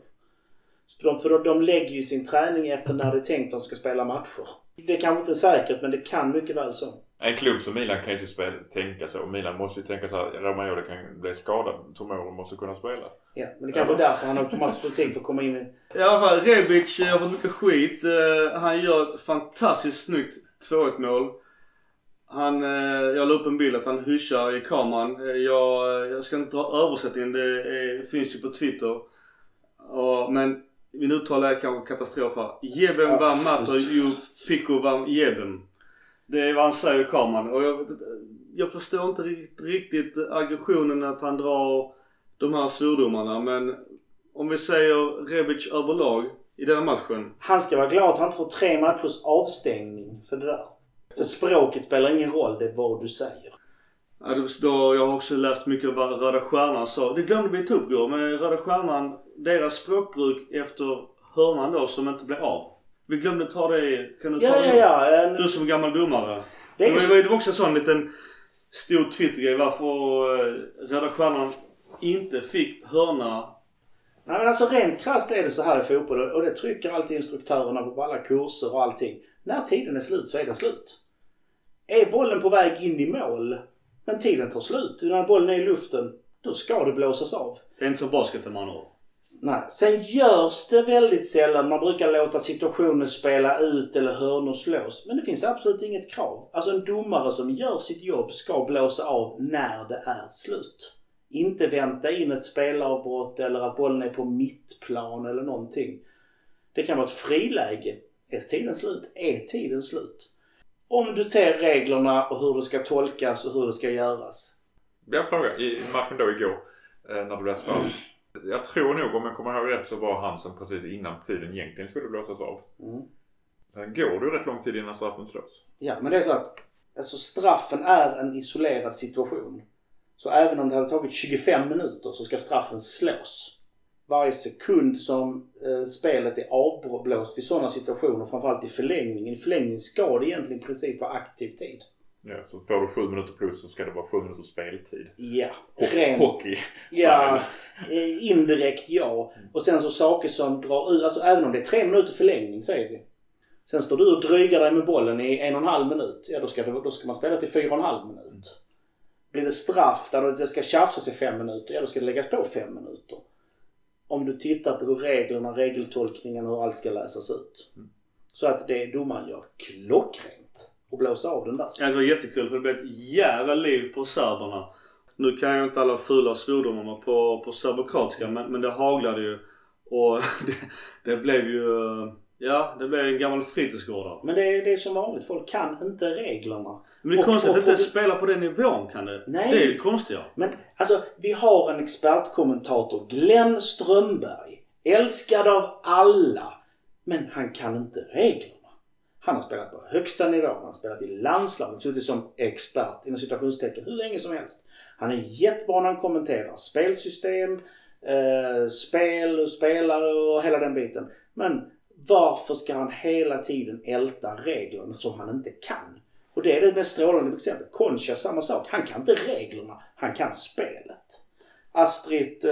För de, de lägger ju sin träning efter när det är tänkt att de ska spela matcher. Det kanske inte är säkert, men det kan mycket väl så. En klubb som Milan kan ju inte spela, tänka så. Milan måste ju tänka så här, Romagnoli kan bli skadad. Tomori måste kunna spela. Ja, men det kanske är därför han har massor av tid för att komma in i... I alla fall, Rebic har fått mycket skit. Uh, han gör ett fantastiskt snyggt två ett mål. Han, uh, jag la upp en bild att han hyschar i kameran. Uh, jag, jag ska inte dra översättningen, det är, finns ju på Twitter. Uh, men min uttal är kanske katastrof här. Jebem vam matter ju fico vam jebem. Det är vad han säger i kameran. Och jag, jag förstår inte riktigt, riktigt aggressionen att han drar de här svordomarna. Men om vi säger Rebic överlag i den här matchen. Han ska vara glad att han inte får tre matchers avstängning för det där. För språket spelar ingen roll, det är vad du säger. Ja, då, jag har också läst mycket av vad Röda Stjärnan sa. Det glömde vi ta upp igår. Men Röda Stjärnan, deras språkbruk efter hörnan då som inte blev av. Vi glömde ta det. Kan du ja, ta ja, det? Ja, en... Du som gammal domare. Det, är det var ju också en sån liten stor Twitter-grej varför Röda Stjärnan inte fick hörna. Nej, men alltså rent krasst är det så här i fotboll. Och det trycker alltid instruktörerna på alla kurser och allting. När tiden är slut så är den slut. Är bollen på väg in i mål, men tiden tar slut. När bollen är i luften, då ska det blåsas av. Det är inte som basketen man har. Nej. Sen görs det väldigt sällan. Man brukar låta situationen spela ut eller hörnor slås. Men det finns absolut inget krav. Alltså en domare som gör sitt jobb ska blåsa av när det är slut. Inte vänta in ett spelavbrott eller att bollen är på mittplan eller någonting. Det kan vara ett friläge. Är tiden slut? Är tiden slut? Om du tar reglerna och hur det ska tolkas och hur det ska göras. Jag frågar, i matchen då igår när du blev straff. Jag tror nog, om jag kommer ihåg rätt, så var han som precis innan tiden egentligen skulle blåsas av. Mm. Sen går det ju rätt lång tid innan straffen slås. Ja, men det är så att alltså, straffen är en isolerad situation. Så även om det hade tagit tjugofem minuter så ska straffen slås. Varje sekund som eh, spelet är avblåst vid sådana situationer, framförallt i förlängningen. I förlängningen ska det egentligen i princip vara aktiv tid. Ja, så får du sju minuter plus så ska det vara sju minuter speltid. Ja. Ho- hockey. Ja, eh, indirekt ja. Och sen så saker som drar ut, alltså även om det är tre minuter förlängning säger vi. Sen står du och drygar dig med bollen i en och en halv minut. Ja, då ska, det, då ska man spela till fyra och en halv minut. Blir det straff där det ska tjafsas i fem minuter, ja då ska det läggas på fem minuter. Om du tittar på hur reglerna, regeltolkningen och hur allt ska läsas ut. Mm. Så att det domaren gör klockrent och blåsa av den där. Ja, det var jättekul för det blev ett jävla liv på serberna. Nu kan jag inte alla fula svordomarna på, på serbokatiska, men, men det haglade ju. Och det, det blev ju... Ja, det blev en gammal fritidsgårdare. Men det är, det är som vanligt. Folk kan inte reglerna. Men det är konstigt att inte spela på den nivån, kan det? Nej. Det är ju konstigt, ja. Men alltså, vi har en expertkommentator, Glenn Strömberg. Älskad av alla. Men han kan inte reglerna. Han har spelat på högsta nivå. Han har spelat i landslaget. Suttit som expert inom situationstecken hur länge som helst. Han är jättebra när han kommenterar spelsystem, eh, spel och spelare och hela den biten. Men varför ska han hela tiden älta reglerna som han inte kan? Och det är det mest strålande exempel. Concha, samma sak. Han kan inte reglerna. Han kan spelet. Astrid,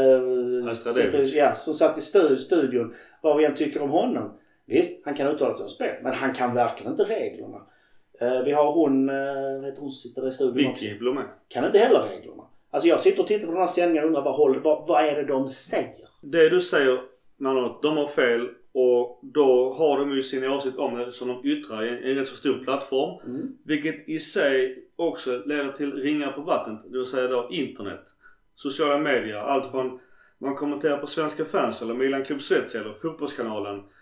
eh, sitter, ja, som satt i stud- studion. Vad vi än tycker om honom. Visst, han kan uttala sig om spel. Men han kan verkligen inte reglerna. Eh, vi har hon, eh, vet hon sitter i studion Vicky Blomé. Kan inte heller reglerna. Alltså jag sitter och tittar på den här sändningen och undrar vad, håller, vad, vad är det de säger? Det du säger, man, de har fel. Och då har de ju sin åsikt om det som de yttrar i en, en rätt så stor plattform. Mm. Vilket i sig också leder till ringar på vattnet. Det vill säga då internet, sociala medier. Allt från man kommenterar på Svenska Fans eller Milan Club Svezia eller Fotbollskanalen.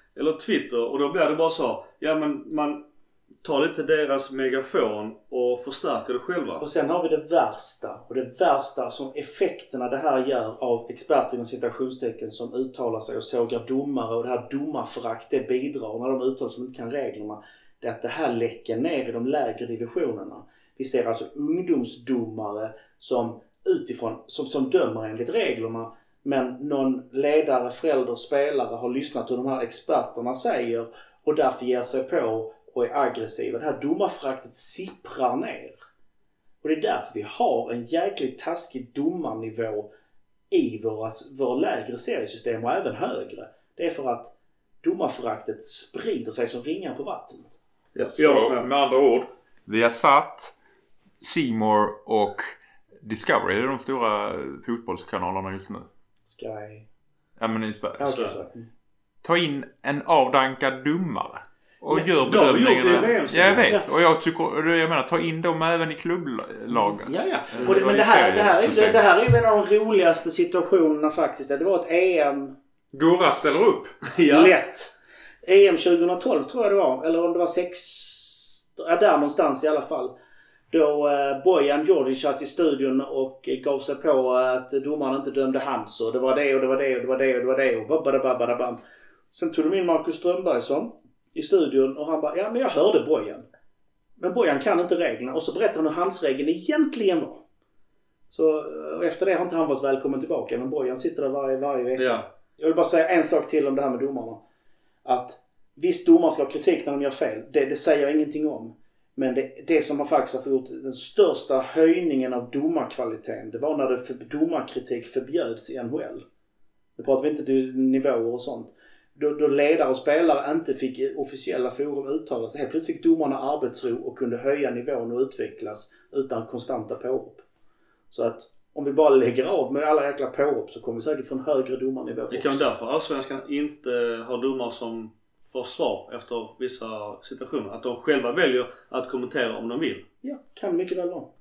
eller Twitter och då blir det bara så. Ja men man tar lite deras megafon och förstärker det själva. Och sen har vi det värsta. Och det värsta som effekterna det här gör av experter inom citationstecken som uttalar sig och sågar domare och det här domarförakt det bidrar när de uttalar som inte kan reglerna. Det är att det här läcker ner i de lägre divisionerna. Vi ser alltså ungdomsdomare som utifrån som, som dömer enligt reglerna. Men någon ledare, förälder, spelare har lyssnat till de här experterna säger och därför ger sig på och är aggressiva. Det här domarföraktet sipprar ner. Och det är därför vi har en jäkligt taskig domarnivå i våra, våra lägre seriesystem och även högre. Det är för att domarföraktet sprider sig som ringar på vattnet. Ja. Så med andra ord, vi har satt C More och Discovery, det är de stora fotbollskanalerna just nu. Sky. Ja men i Sverige. Okay, ta in en avdankad domare. Och ja, gör bedömningarna. V M, ja, jag vet. Ja. Och jag tycker, jag menar, ta in dem även i klubblagen. Ja, ja. Och det, men det här, det, här är, det här är en av de roligaste situationerna faktiskt. Det var ett E M... Gurra ställer upp. Ja. Lätt. E M tjugohundratolv tror jag det var. Eller om det var sex... Ja, där någonstans i alla fall. Då eh, Bojan Djordjic satt i studion och gav sig på att domaren inte dömde hands. Och det var det och det var det och det var det och det var det. Och babadababadabam. Sen tog de in Marcus Strömbergsson i studion och han bara, ja men jag hörde Bojan. Men Bojan kan inte reglerna. Och så berättar han hur handsregeln egentligen var. Så efter det har inte han varit välkommen tillbaka. Men Bojan sitter där varje, varje vecka. Ja. Jag vill bara säga en sak till om det här med domarna. Att visst domar ska ha kritik när de gör fel. Det, det säger jag ingenting om. Men det, det som har faktiskt har gjort den största höjningen av domarkvaliteten, det var när det för, domarkritik förbjöds i N H L. Nu pratar vi inte nivåer och sånt. Då, då ledare och spelare inte fick officiella forum uttala sig. Helt plötsligt fick domarna arbetsro och kunde höja nivån och utvecklas utan konstanta påhopp. Så att om vi bara lägger av med alla jäkla påhopp så kommer vi säkert få en högre domarnivå. Det kan därför allsvenskan inte ha domar som får svar efter vissa situationer. Att de själva väljer att kommentera om de vill. Ja, kan mycket väl vara.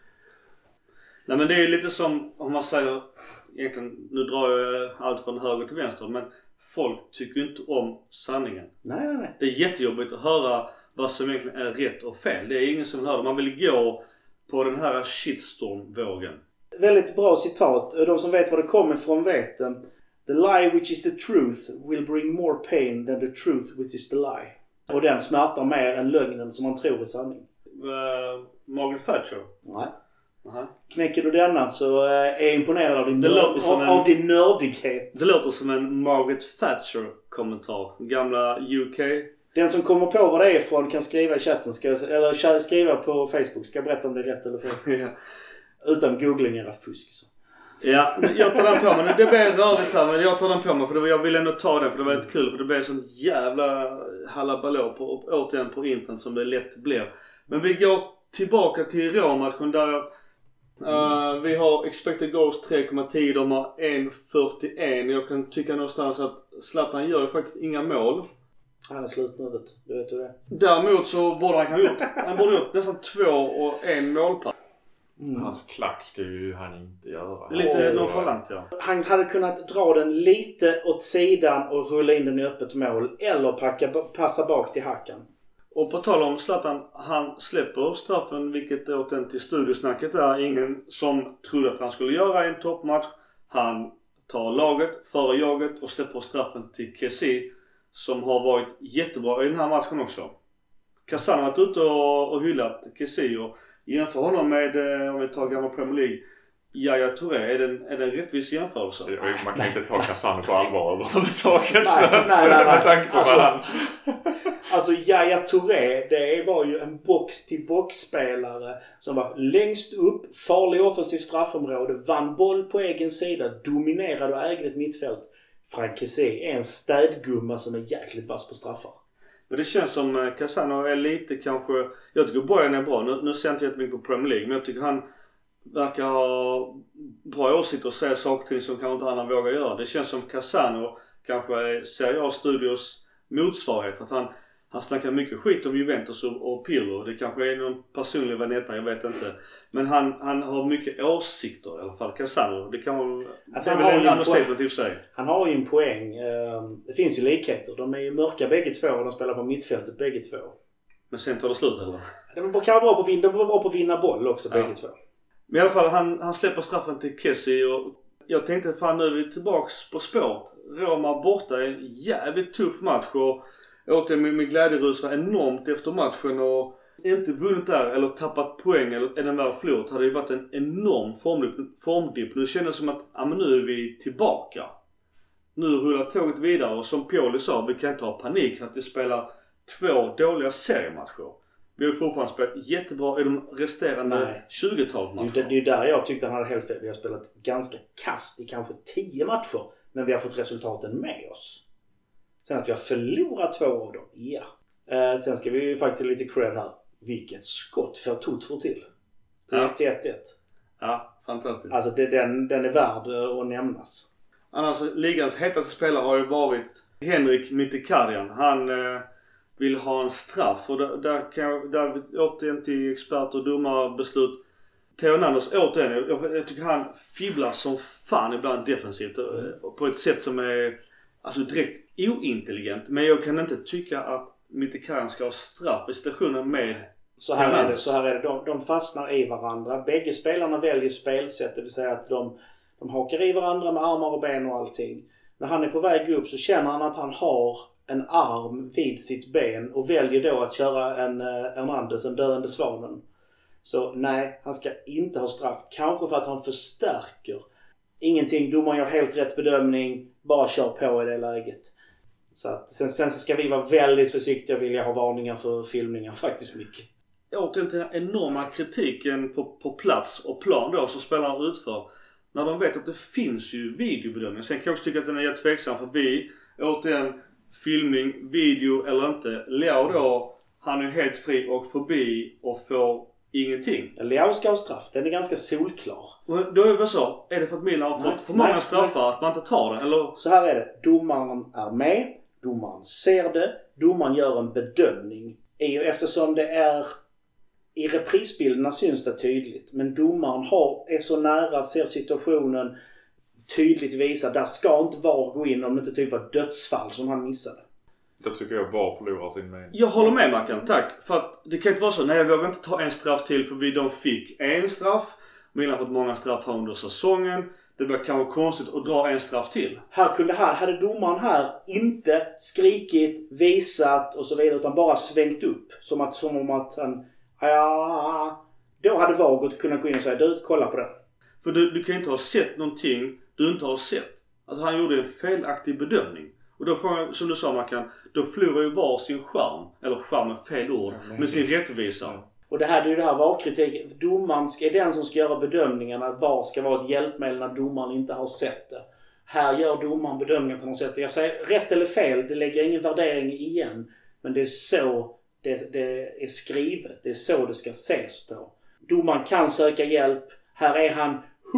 Nej men det är lite som om man säger, egentligen, nu drar jag allt från höger till vänster, men folk tycker inte om sanningen. Nej, nej, nej. Det är jättejobbigt att höra vad som egentligen är rätt och fel. Det är ingen som hör det. Man vill gå på den här shitstorm-vågen. Väldigt bra citat. De som vet vad det kommer ifrån vet den. The lie which is the truth will bring more pain than the truth which is the lie. Och den smärtar mer än lögnen som man tror är sanning. Uh, Margaret Thatcher? Nej. Uh-huh. Knäcker du denna så är jag imponerad av din, det nörd, av, en, av din nördighet. Det låter som en Margaret Thatcher-kommentar. Gamla U K. Den som kommer på vad det är från kan skriva i chatten. Ska, eller skriva på Facebook. Ska jag berätta om det är rätt eller fel. Ja. Utan googling era fusk så. Ja, jag tar den på mig. Det blir rörigt här, men jag tar den på mig. För det var, jag vill ändå ta den, för det var rätt kul. För det blev sån jävla halabalå på, återigen på internet som det lätt blir. Men vi går tillbaka till Råmatchen där uh, vi har expected goals tre komma tio. De har ett fyrtioen. Jag kan tycka någonstans att Zlatan gör ju faktiskt inga mål. Han är slut nu, vet du. Vet du det? Däremot så borde han ha gjort, han borde ha gjort nästan två och en målpass. Mm. Hans klack ska ju han inte göra. Det är lite nonchalant, ja. Han hade kunnat dra den lite åt sidan och rulla in den i öppet mål. Eller packa, passa bak till Hakan. Och på tal om Zlatan, han släpper straffen, vilket är åt till studiosnacket är ingen som trodde att han skulle göra en toppmatch. Han tar laget före jaget och släpper straffen till Kessie, som har varit jättebra i den här matchen också. Kazan har varit ute och, och hyllat Kessie och jämför honom med, om vi tar gamla Premier League, Yaya Touré. Är det en, är det en rättvis jämförelse? Så, man kan inte ta Kazan på allvar överhuvudtaget. Nej, nej, nej, nej. Med tanke på alltså, vad han... Alltså Yaya Touré, det var ju en box-till-box-spelare som var längst upp, farlig offensiv straffområde, vann boll på egen sida, dominerade och ägde ett mittfält. Frank Kessie är en städgumma som är jäkligt vass på straffar. Men det känns som Casano är lite kanske... Jag tycker Bojan är bra. Nu, nu ser jag inte jättemycket på Premier League. Men jag tycker han verkar ha bra åsikter och säga saker som kanske inte annan vågar göra. Det känns som Casano kanske är Serie A Studios motsvarighet. Att han Han snackar mycket skit om Juventus och, och Pirlo. Det kanske är någon personlig vanetta, jag vet inte. Men han, han har mycket åsikter i alla fall. Cassano, det kan vara... Alltså, det är väl en annan statement i sig. Han har ju en poäng. Det finns ju likheter. De är ju mörka bägge två och de spelar på mittfältet bägge två. Men sen tar det slut eller? De var kanske bra på att vinna, de var bra på att vinna boll också, ja. Bägge två. Men i alla fall, han, han släpper straffen till Kessie och jag tänkte fan nu är vi tillbaks på spåret. Roma borta är en jävligt tuff match och återigen min, min glädjerus var enormt efter matchen och inte vunnit där eller tappat poäng eller än väl förlorat hade ju varit en enorm formdipp. formdipp. Nu känns det som att ja, men nu är vi tillbaka. Nu rullar tåget vidare och som Pioli sa, vi kan inte ha panik för att vi spelar två dåliga seriematcher. Vi har fortfarande spelat jättebra i de resterande Nej. tjugotalet matcher. Det, det är ju där jag tyckte han hade helt fel. Vi har spelat ganska kast i kanske tio matcher. Men vi har fått resultaten med oss. Sen att vi har förlorat två av dem. Ja. Eh, sen ska vi ju faktiskt lite cred här. Vilket skott för Tot får till. Ja. ett ett ett. Ja, fantastiskt. Alltså det, den, den är värd att nämnas. Annars, ligans hetaste spelare har ju varit Henrik Mkhitaryan. Han... Eh, vill ha en straff och där, där kan jag, där återigen till expert och domarbeslut. Theo Hernandez återigen, jag, jag tycker han fibblar som fan ibland defensivt mm. på ett sätt som är alltså direkt ointelligent. Men jag kan inte tycka att Mkhitaryan ska ha straff i situationen med så här är det, så här är det. De, de fastnar i varandra. Bägge spelarna väljer spelsätt, det vill säga att de, de hakar i varandra med armar och ben och allting. När han är på väg upp så känner han att han har en arm vid sitt ben och väljer då att köra en uh, Hernandez, en döende svanen. Så nej, han ska inte ha straff. Kanske för att han förstärker. Ingenting, domaren gör helt rätt bedömning. Bara kör på i det läget. Så att, sen, sen så ska vi vara väldigt försiktiga och vilja ha varningar för filmningar faktiskt mycket. Återigen till den enorma kritiken på, på plats och plan då som spelarna utför. När de vet att det finns ju videobedömning. Sen kan jag också tycka att den är jätte tveksam för vi, återigen, filmning, video eller inte. Leao då, han är helt fri och förbi och får ingenting. Leao ska ha straff, den är ganska solklar. Och då är det bara så, är det för att Milan har fått nej, för många nej, straffar nej. Att man inte tar den? Eller? Så här är det, domaren är med, domaren ser det, domaren gör en bedömning. Eftersom det är, i reprisbilderna syns det tydligt, men domaren har, är så nära, ser situationen tydligt visar, där ska inte V A R gå in om det inte typ var dödsfall som han missade. Det tycker jag V A R förlorar sin mening. Jag håller med Mackan, tack. För att det kan inte vara så, nej jag vågar inte ta en straff till för vi de fick en straff. Milan har fått många straff här under säsongen. Det blir kanske konstigt att dra en straff till. Här kunde här, hade domaren här inte skrikit, visat och så vidare utan bara svängt upp. Som, att, som om att han, ja, då hade V A R gått kunnat gå in och säga, du, kolla på det. För du, du kan inte ha sett någonting du inte har sett. Alltså han gjorde en felaktig bedömning. Och då får jag, som du sa Mackan, då förlorar ju V A R sin charm. Eller charm är fel ord. Ja, med sin rättvisa. Ja. Och det här är ju det här V A R-kritik. Domaren är den som ska göra bedömningarna. V A R ska vara ett hjälpmedel när domaren inte har sett det. Här gör domaren bedömningen att han har sett det. Jag säger rätt eller fel, det lägger ingen värdering igen. Men det är så det, det är skrivet. Det är så det ska ses på. Domaren kan söka hjälp. Här är han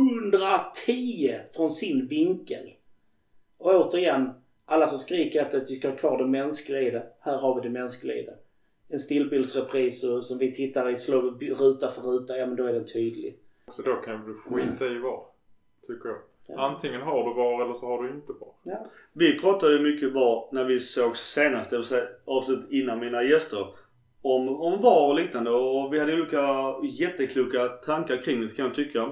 hundratio från sin vinkel. Och återigen, alla som skriker efter att vi ska ha kvar det mänskliga i det. Här har vi det mänskliga i det. En stillbildsrepris som vi tittar i, slår ruta för ruta, ja men då är den tydlig. Så då kan du skita i V A R, tycker jag. Ja. Antingen har du V A R eller så har du inte V A R. Ja. Vi pratade mycket V A R när vi såg senast, det vill säga avslutet innan mina gäster. Om, om V A R och liknande, och vi hade olika jättekloka tankar kring det kan jag tycka.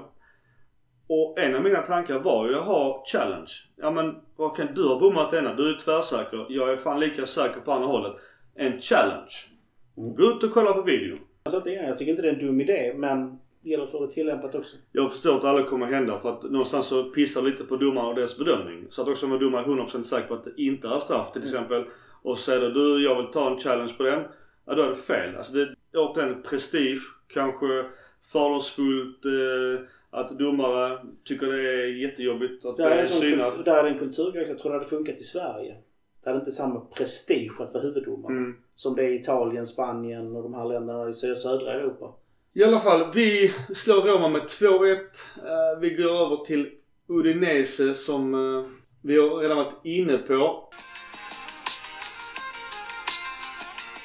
Och en av mina tankar var ju att ha challenge. Ja men, vad kan du ha bommat ena? Du är tvärsäker. Jag är fan lika säker på andra hållet. En challenge. Gå ut och kolla på video. Alltså, jag tycker inte det är en dum idé, men det gäller för att tillämpat också. Jag förstår att alla kommer hända för att någonstans så pissar lite på domaren och dess bedömning. Så att också om domaren är hundra procent säker på att det inte är straff till exempel. Mm. Och säger du, jag vill ta en challenge på den. Ja, då är det fel. Alltså det är återigen prestige. Kanske fördomsfullt. Eh, Att domare tycker det är jättejobbigt att där är, synat. Kultur, där är det en kulturgrej. Jag tror det hade funkat i Sverige. Det hade inte samma prestige att vara huvuddomare. Mm. Som det är i Italien, Spanien och de här länderna i södra Europa. I alla fall, vi slår Roma med två ett. Vi går över till Udinese som vi har redan varit inne på.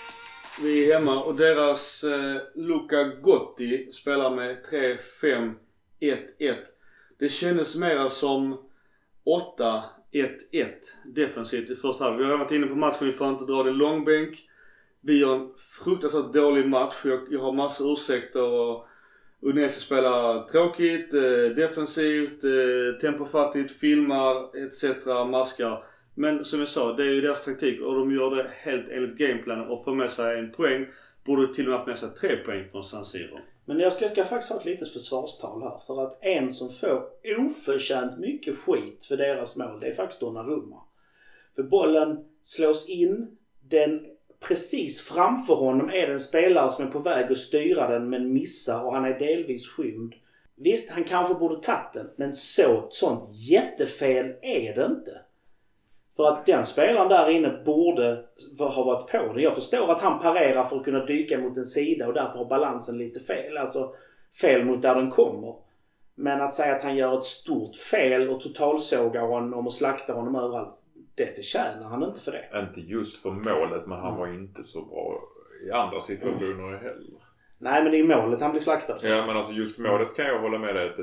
Vi är hemma och deras eh, Luca Gotti spelar med tre fem ett ett. Det kändes mer som åtta ett ett defensivt i första halvlek. Vi har varit inne på matchen, vi får inte dra en långbänk. Vi har en fruktansvärt dålig match. Jag, jag har massa ursäkter och Udinese spelar tråkigt, eh, defensivt, eh, tempofattigt, filmar et cetera. Maskar. Men som jag sa, det är ju deras taktik och de gör det helt enligt gameplanen och får med sig en poäng. Borde till och med haft med sig tre poäng från San Siro. Men jag ska, ska faktiskt ha ett litet försvarstal här. För att en som får oförtjänt mycket skit för deras mål, det är faktiskt Donnarumma. För bollen slås in, den precis framför honom är det en spelare som är på väg att styra den men missar och han är delvis skymd. Visst, han kanske borde tagit den, men så sånt jättefel är det inte. För att den spelaren där inne borde ha varit på det. Jag förstår att han parerar för att kunna dyka mot en sida och därför har balansen lite fel. Alltså fel mot där den kommer. Men att säga att han gör ett stort fel och totalsågar honom och slaktar honom överallt, det förtjänar han inte för det. Inte just för målet, men han var inte så bra i andra situationer heller. Nej, men det är målet han blir slaktad för. Ja, men alltså just målet kan jag hålla med dig.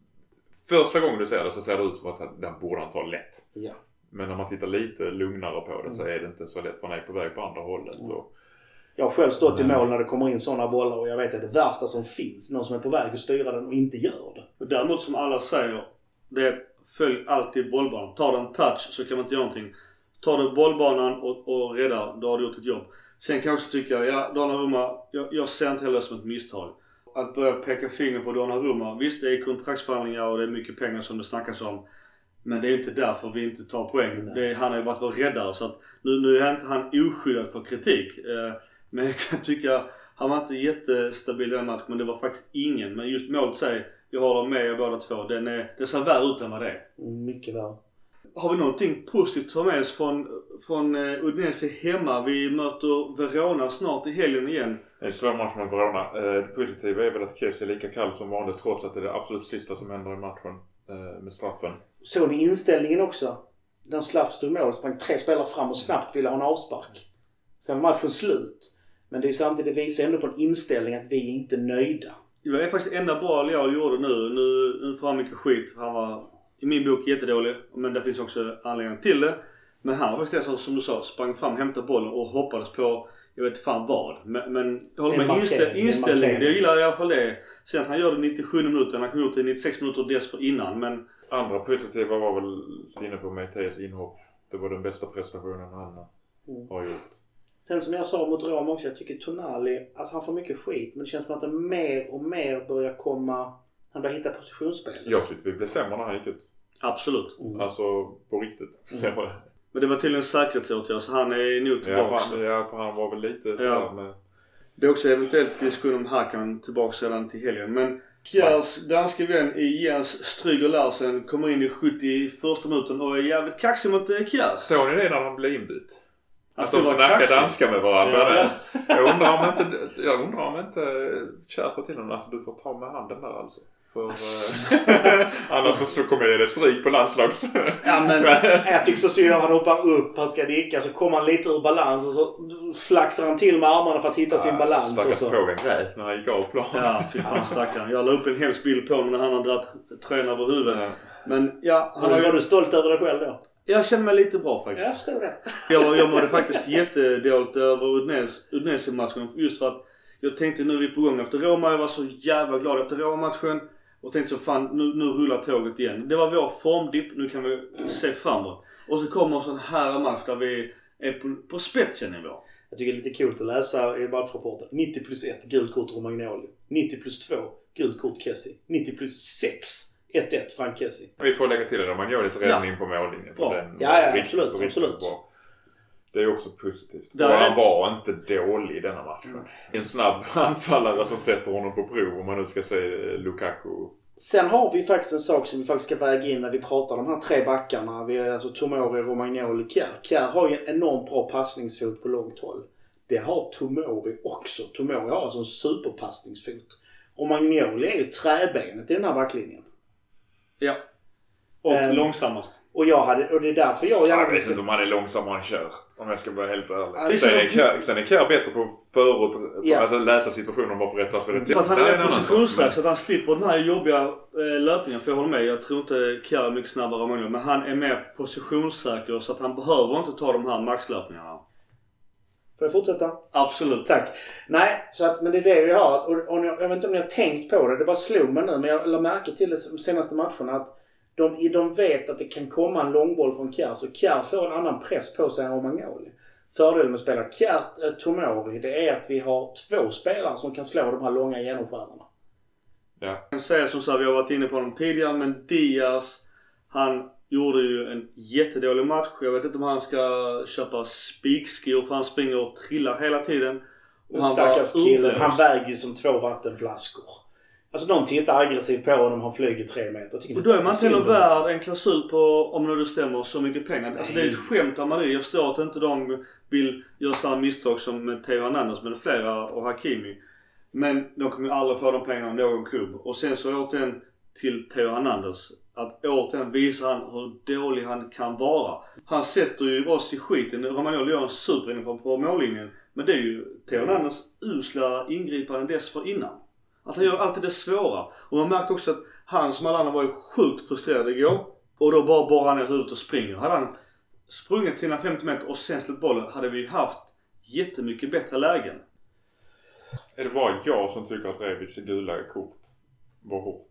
Första gången du ser det så ser det ut som att den borde han ta lätt. Ja. Men när man tittar lite lugnare på det så är det inte så lätt, för han är på väg på andra hållet. Mm. Och... Jag har själv stått men... i mål när det kommer in sådana bollar och jag vet att det värsta som finns, någon som är på väg att styra den och inte gör det. Däremot som alla säger, det är följ alltid bollbanan. Tar den touch så kan man inte göra någonting. Tar du bollbanan och, och räddar, då har du gjort ett jobb. Sen kan jag också tycka, ja, Donnarumma, jag, jag ser inte heller som ett misstag. Att börja peka finger på Donnarumma, visst det är kontraktsförhandlingar och det är mycket pengar som det snackas om. Men det är inte därför vi inte tar poäng. Det är, han har ju varit vår räddare. Så att nu, nu är inte han oskyddad för kritik. Eh, men jag kan tycka han var inte jättestabil i den matchen. Men det var faktiskt ingen. Men just målet säger, jag har dem med er båda två. Den är, det ser värre ut än vad det är. Mycket värre. Har vi någonting positivt att ta med oss från, från uh, Udinese hemma? Vi möter Verona snart i helgen igen. Det är en svår match med Verona. Eh, det positiva är väl att Kessie är lika kall som vanligt, trots att det är det absolut sista som händer i matchen eh, med straffen. Såg ni inställningen också? Den Slav stod mål, sprang tre spelare fram och snabbt ville ha en avspark. Sen var matchen slut. Men det är samtidigt, det visar ändå på en inställning att vi är inte nöjda. Det är faktiskt enda bra Leal gjorde nu. Nu, nu får han mycket skit. Han var i min bok jättedålig. Men det finns också anledning till det. Men han var faktiskt det som du sa, sprang fram, hämtade bollen och hoppades på, jag vet fan vad. Men, men jag håller med inställ, inställningen. Jag gillar i alla fall det. Sen att han gör det nittiosju minuter. Han kunde gjort det nittiosex minuter dessförinnan. Men andra positiva var väl inne på Mattias inhopp. Det var den bästa prestationen han mm. har gjort. Sen som jag sa mot Roma också, jag tycker Tonali, alltså han får mycket skit. Men det känns som att det mer och mer börjar komma, han börjar hitta positionsspelet. Jag tyckte vi blev sämre när han gick ut. Absolut. Mm. Alltså på riktigt. Sämre. Mm. Men det var tydligen en säkerhetsåtgärd så han är nog tillbaka. Ja, för, ja, för han var väl lite så ja. med... Det är också eventuellt diskussion om Hakan tillbaka redan till helgen. Men Kjärs danska vän i Jens Stryger Larsen kommer in i sjuttioförsta minuten och är jävligt kaxig mot Kjärs. Såg ni det när han blev inbytt? Att alltså, de snackar danska med varandra. Ja. Jag undrar om inte, jag undrar om inte Kjärs sa till honom, alltså du får ta med handen där alltså. För, eh, annars så, så kommer jag det stryk på landslags. Ja, men jag tycker så synd att han hoppar upp, han ska nicka, så kommer han lite ur balans och så flaxar han till med armarna för att hitta ja, sin balans. Stackars och så. Pågen grät när han gick av plan. Ja, fy fan stackaren. Jag la upp en hemsk bild på honom när han har dratt tröjan över huvudet. Ja. Men ja, han var, var du stolt över dig själv då? Jag känner mig lite bra faktiskt. Jag förstår det. jag, jag mådde faktiskt jättedåligt över Udinese-matchen just för att jag tänkte nu är vi på gång efter Roma. Jag var så jävla glad efter Roma-matchen. Och tänkte så fan, nu, nu rullar tåget igen. Det var vår formdipp, nu kan vi se framåt. Och så kommer en sån här match där vi är på, på spetsen nivå. Jag tycker det är lite coolt att läsa i matchrapporten. nittio plus ett, gult kort Romagnoli. nittio plus två, gult kort Kessie. nittio plus sex, ett ett Frank Kessie. Vi får lägga till det Romagnolis räddning ja. på mållinjen. För den ja, ja, riktigt, absolut, riktigt absolut. Bra. Det är också positivt. Där och han var inte dålig i denna matchen. Mm. En snabb anfallare som sätter honom på prov, om man nu ska säga Lukaku. Sen har vi faktiskt en sak som vi faktiskt ska väga in när vi pratar om de här tre backarna. Vi är alltså Tomori, Romagnoli och Kjär. Kjär har ju en enormt bra passningsfot på långt håll. Det har Tomori också. Tomori har alltså en superpassningsfot. Romagnoli är ju träbenet i den här backlinjen. Ja. Och um, långsammast. Och, jag hade, och det är därför jag gärna... Jag vet inte om han är långsam och han kör. Om jag ska vara helt ärlig. Alltså, sen, är Kjär, sen är Kjär bättre på förut, ja. alltså läsa situationen och vara på rätt plats för rätt tid. Att han är positionssäker så att han slipper den här jobbiga äh, löpningen. För jag håller med, jag tror inte Kjär är mycket snabbare än många. Men han är mer positionssäker så att han behöver inte ta de här maxlöpningarna. Får jag fortsätta? Absolut. Tack. Nej, så att, men det är det vi har. Och, och jag vet inte om ni har tänkt på det. Det bara slog mig nu. Men jag lade märke till det de senaste matcherna att de, de vet att det kan komma en långboll från Kjär. Så Kjär får en annan press på sig än Romagnoli. Fördelen med att spela Kjär äh, Tomori, det är att vi har två spelare som kan slå de här långa genomskärarna. Ja. Jag kan säga som så här, vi har varit inne på dem tidigare, men Diaz, han gjorde ju en jättedålig match. Jag vet inte om han ska köpa spikskor för han springer och trillar hela tiden. Och han stackars killen, han väger väger ju som två vattenflaskor. Alltså de tittar aggressivt på honom, han flyger tre meter. Och då är man till och värd en klausul på, om nu det stämmer, så mycket pengar. Alltså det är ett skämt av Madrid. Jag förstår att inte de vill göra samma misstag som med Theo Hernandez, men flera och Hakimi. Men de kommer ju aldrig få de pengarna av någon klubb. Och sen så återigen till Theo Hernandez. Att återigen visar han hur dålig han kan vara. Han sätter ju oss i skiten. Romagnoli gör en superinning på, på mållinjen. Men det är ju Theo Hernandez usla ingripande dessförinnan. Att han gör alltid det svåra. Och man märkte också att han som alla andra var ju sjukt frustrerad igår. Och då bara borrar han ner huvudet och springer. Hade han sprungit till en femtio meter och sen släppt bollen hade vi haft jättemycket bättre lägen. Är det bara jag som tycker att Rebic gula kort var hårt?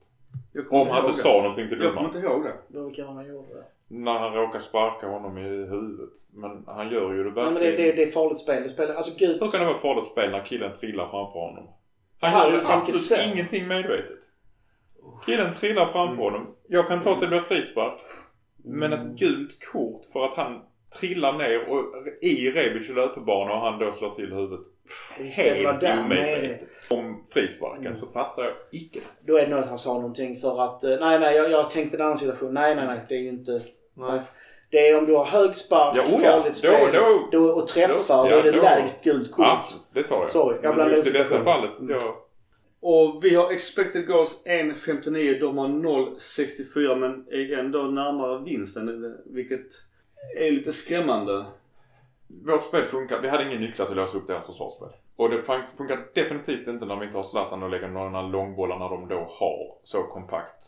Om han inte sa någonting till domaren. Jag kommer domaren. inte ihåg det. Då kan han göra det. När han råkar sparka honom i huvudet. Men han gör ju det verkligen. Ja, men det, det, det är farligt spel. Det spelar, alltså Gud... Hur kan det vara ett farligt spel när killen trillar framför honom? Han Ja, gör ju du tänker absolut så. ingenting medvetet. Killen trillar framför mm. honom. Jag kan ta till det frispark. Mm. Men ett gult kort för att han trillar ner och i Rebic löpebana och han då slår till huvudet. Helt omedvetet. Om frisparken mm. så fattar jag icke. Då är det nog att han sa någonting för att nej nej jag, jag tänkte en annan situation. Nej nej nej det är ju inte nej. Det är om du har hög spark, ja, oh ja. farligt spel då, då, då, och träffar då, ja, då är det då, lägst gult kort. Absolut, det tar jag. Sorry, jag men just i detta fallet mm. ja. Och vi har expected goals ett komma femtionio, de har noll komma sextiofyra men är ändå närmare vinsten, vilket är lite skrämmande. Vårt spel funkar. Vi hade ingen nycklar till att lösa upp deras försvarsspel. Och det funkar definitivt inte när vi inte har Zlatan och lägger några långbollar när de då har så kompakt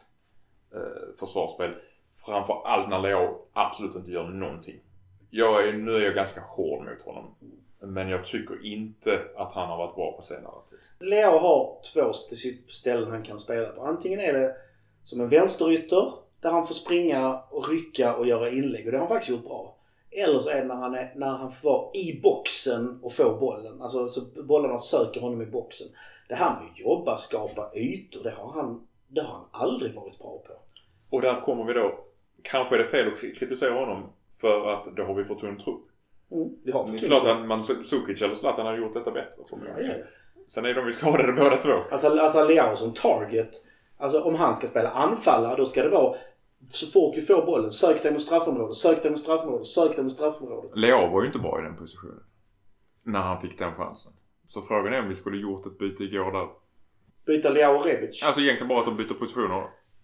eh, försvarsspel. Framförallt när Leo absolut inte gör någonting. Jag är, nu är jag ganska hård mot honom. Men jag tycker inte att han har varit bra på senare tid. Leo har två ställen han kan spela på. Antingen är det som en vänsterytter där han får springa och rycka och göra inlägg. Och det har han faktiskt gjort bra. Eller så är det när han, är, när han får vara i boxen och få bollen. Alltså så bollarna söker honom i boxen. Det här med att jobba, skapa ytor, det har han, det har han aldrig varit bra på. Och där kommer vi då. Kanske är det fel att kritisera honom för att då har vi fått en trupp. Mm, vi har det är klart att man Sukic eller Zlatan hade gjort detta bättre. Ja, ja, ja. Sen är de vi skadade båda två. Att ha, att ha Leo som target. Alltså om han ska spela anfallare då ska det vara så fort vi får bollen. Sök dig mot straffområdet, sök dig mot straffområdet, sök dig mot straffområdet. Leo var ju inte bra i den positionen. När han fick den chansen. Så frågan är om vi skulle gjort ett byte igår där. Byta Leo och Rebic? Alltså egentligen bara att de byter positioner.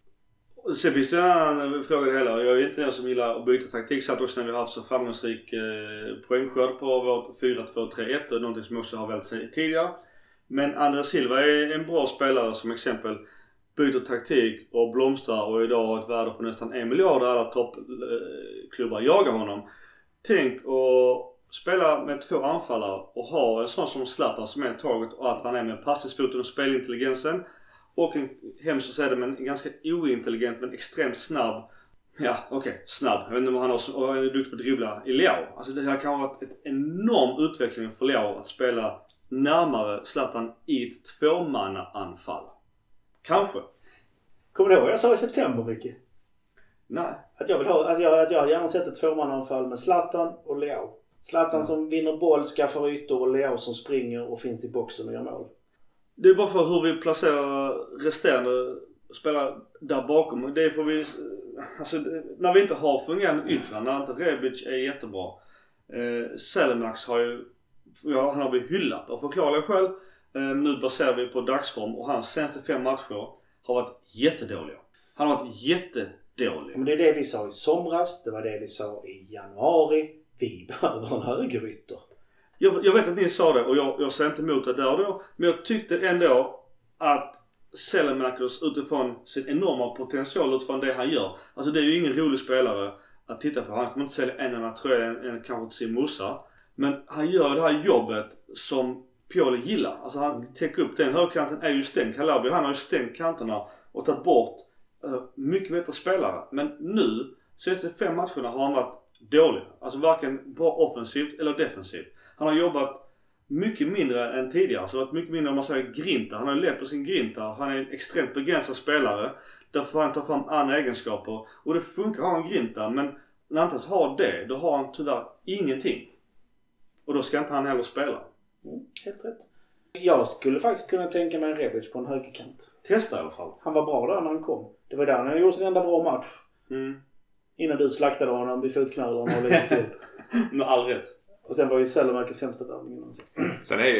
Sen finns det en fråga hela. Jag är inte den som gillar att byta taktik. Satt också när vi har haft så framgångsrik eh, poängskörd på vårt fyra två tre ett. Och någonting som också har vält sig tidigare. Men Andres Silva är en bra spelare som exempel. Byter taktik och blomstrar och idag har ett värde på nästan en miljard. Alla toppklubbar jagar honom. Tänk att spela med två anfallare och ha en sån som Zlatan som är taget och att han är med passningsfoten och spelintelligensen. Och en, hemskt att säga det, men en ganska ointelligent men extremt snabb. Ja, okej, okay, snabb. Jag vet inte om han har, och han är duktig på att dribbla i Leo. Alltså det här kan ha varit ett enorm utveckling för Leo att spela närmare Zlatan i ett tvåmanna-anfall. Kanske. Kommer du ihåg jag sa i september, Micke? Nej. Att jag vill ha, att jag, att jag gärna sett ett tvåmanna-anfall med Zlatan och Leo. Zlatan mm. som vinner boll, skaffar ytor och Leo som springer och finns i boxen och gör mål. Det är bara för hur vi placerar resterande spelare där bakom. Det är för vi, alltså, när vi inte har fungerande yttrar, när inte Rebic är jättebra. Eh, Selemax har ju, ja, han har vi hyllat och förklarar själv. Eh, nu baserar vi på dagsform och hans senaste fem matcher har varit jättedåliga. Han har varit jätte, dålig. Men det är det vi sa i somras, det var det vi sa i januari. Vi behöver en högerytter. Jag, jag vet att ni sa det och jag, jag säger inte emot det där och då. Men jag tyckte ändå att Selemakers utifrån sin enorma potential utifrån det han gör. Alltså det är ju ingen rolig spelare att titta på. Han kommer inte sälja en enda tröja än, än kanske till sin morsa. Men han gör det här jobbet som Pioli gillar. Alltså han täcker upp den. Högerkanten är ju stängt. Calabria, han har ju stängt kanterna och tagit bort uh, mycket bättre spelare. Men nu, senaste fem matcherna har han varit dålig. Alltså varken bra offensivt eller defensivt. Han har jobbat mycket mindre än tidigare. Alltså varit mycket mindre om man säger grinta. Han har lätt på sin grinta. Han är en extremt begränsad spelare. Därför får han ta fram andra egenskaper. Och det funkar att ha en grinta. Men när han inte har det, då har han tyvärr ingenting. Och då ska inte han heller spela. Mm, helt rätt. Jag skulle faktiskt kunna tänka mig en Rebic på en högerkant. Testa i alla fall. Han var bra där när han kom. Det var där han gjorde sin enda bra match. Mm. Innan du slaktade honom vid fotknölarna och lite till. Med all rätt. Och sen var ju Selemakers sämsta värvningen. Alltså. Sen är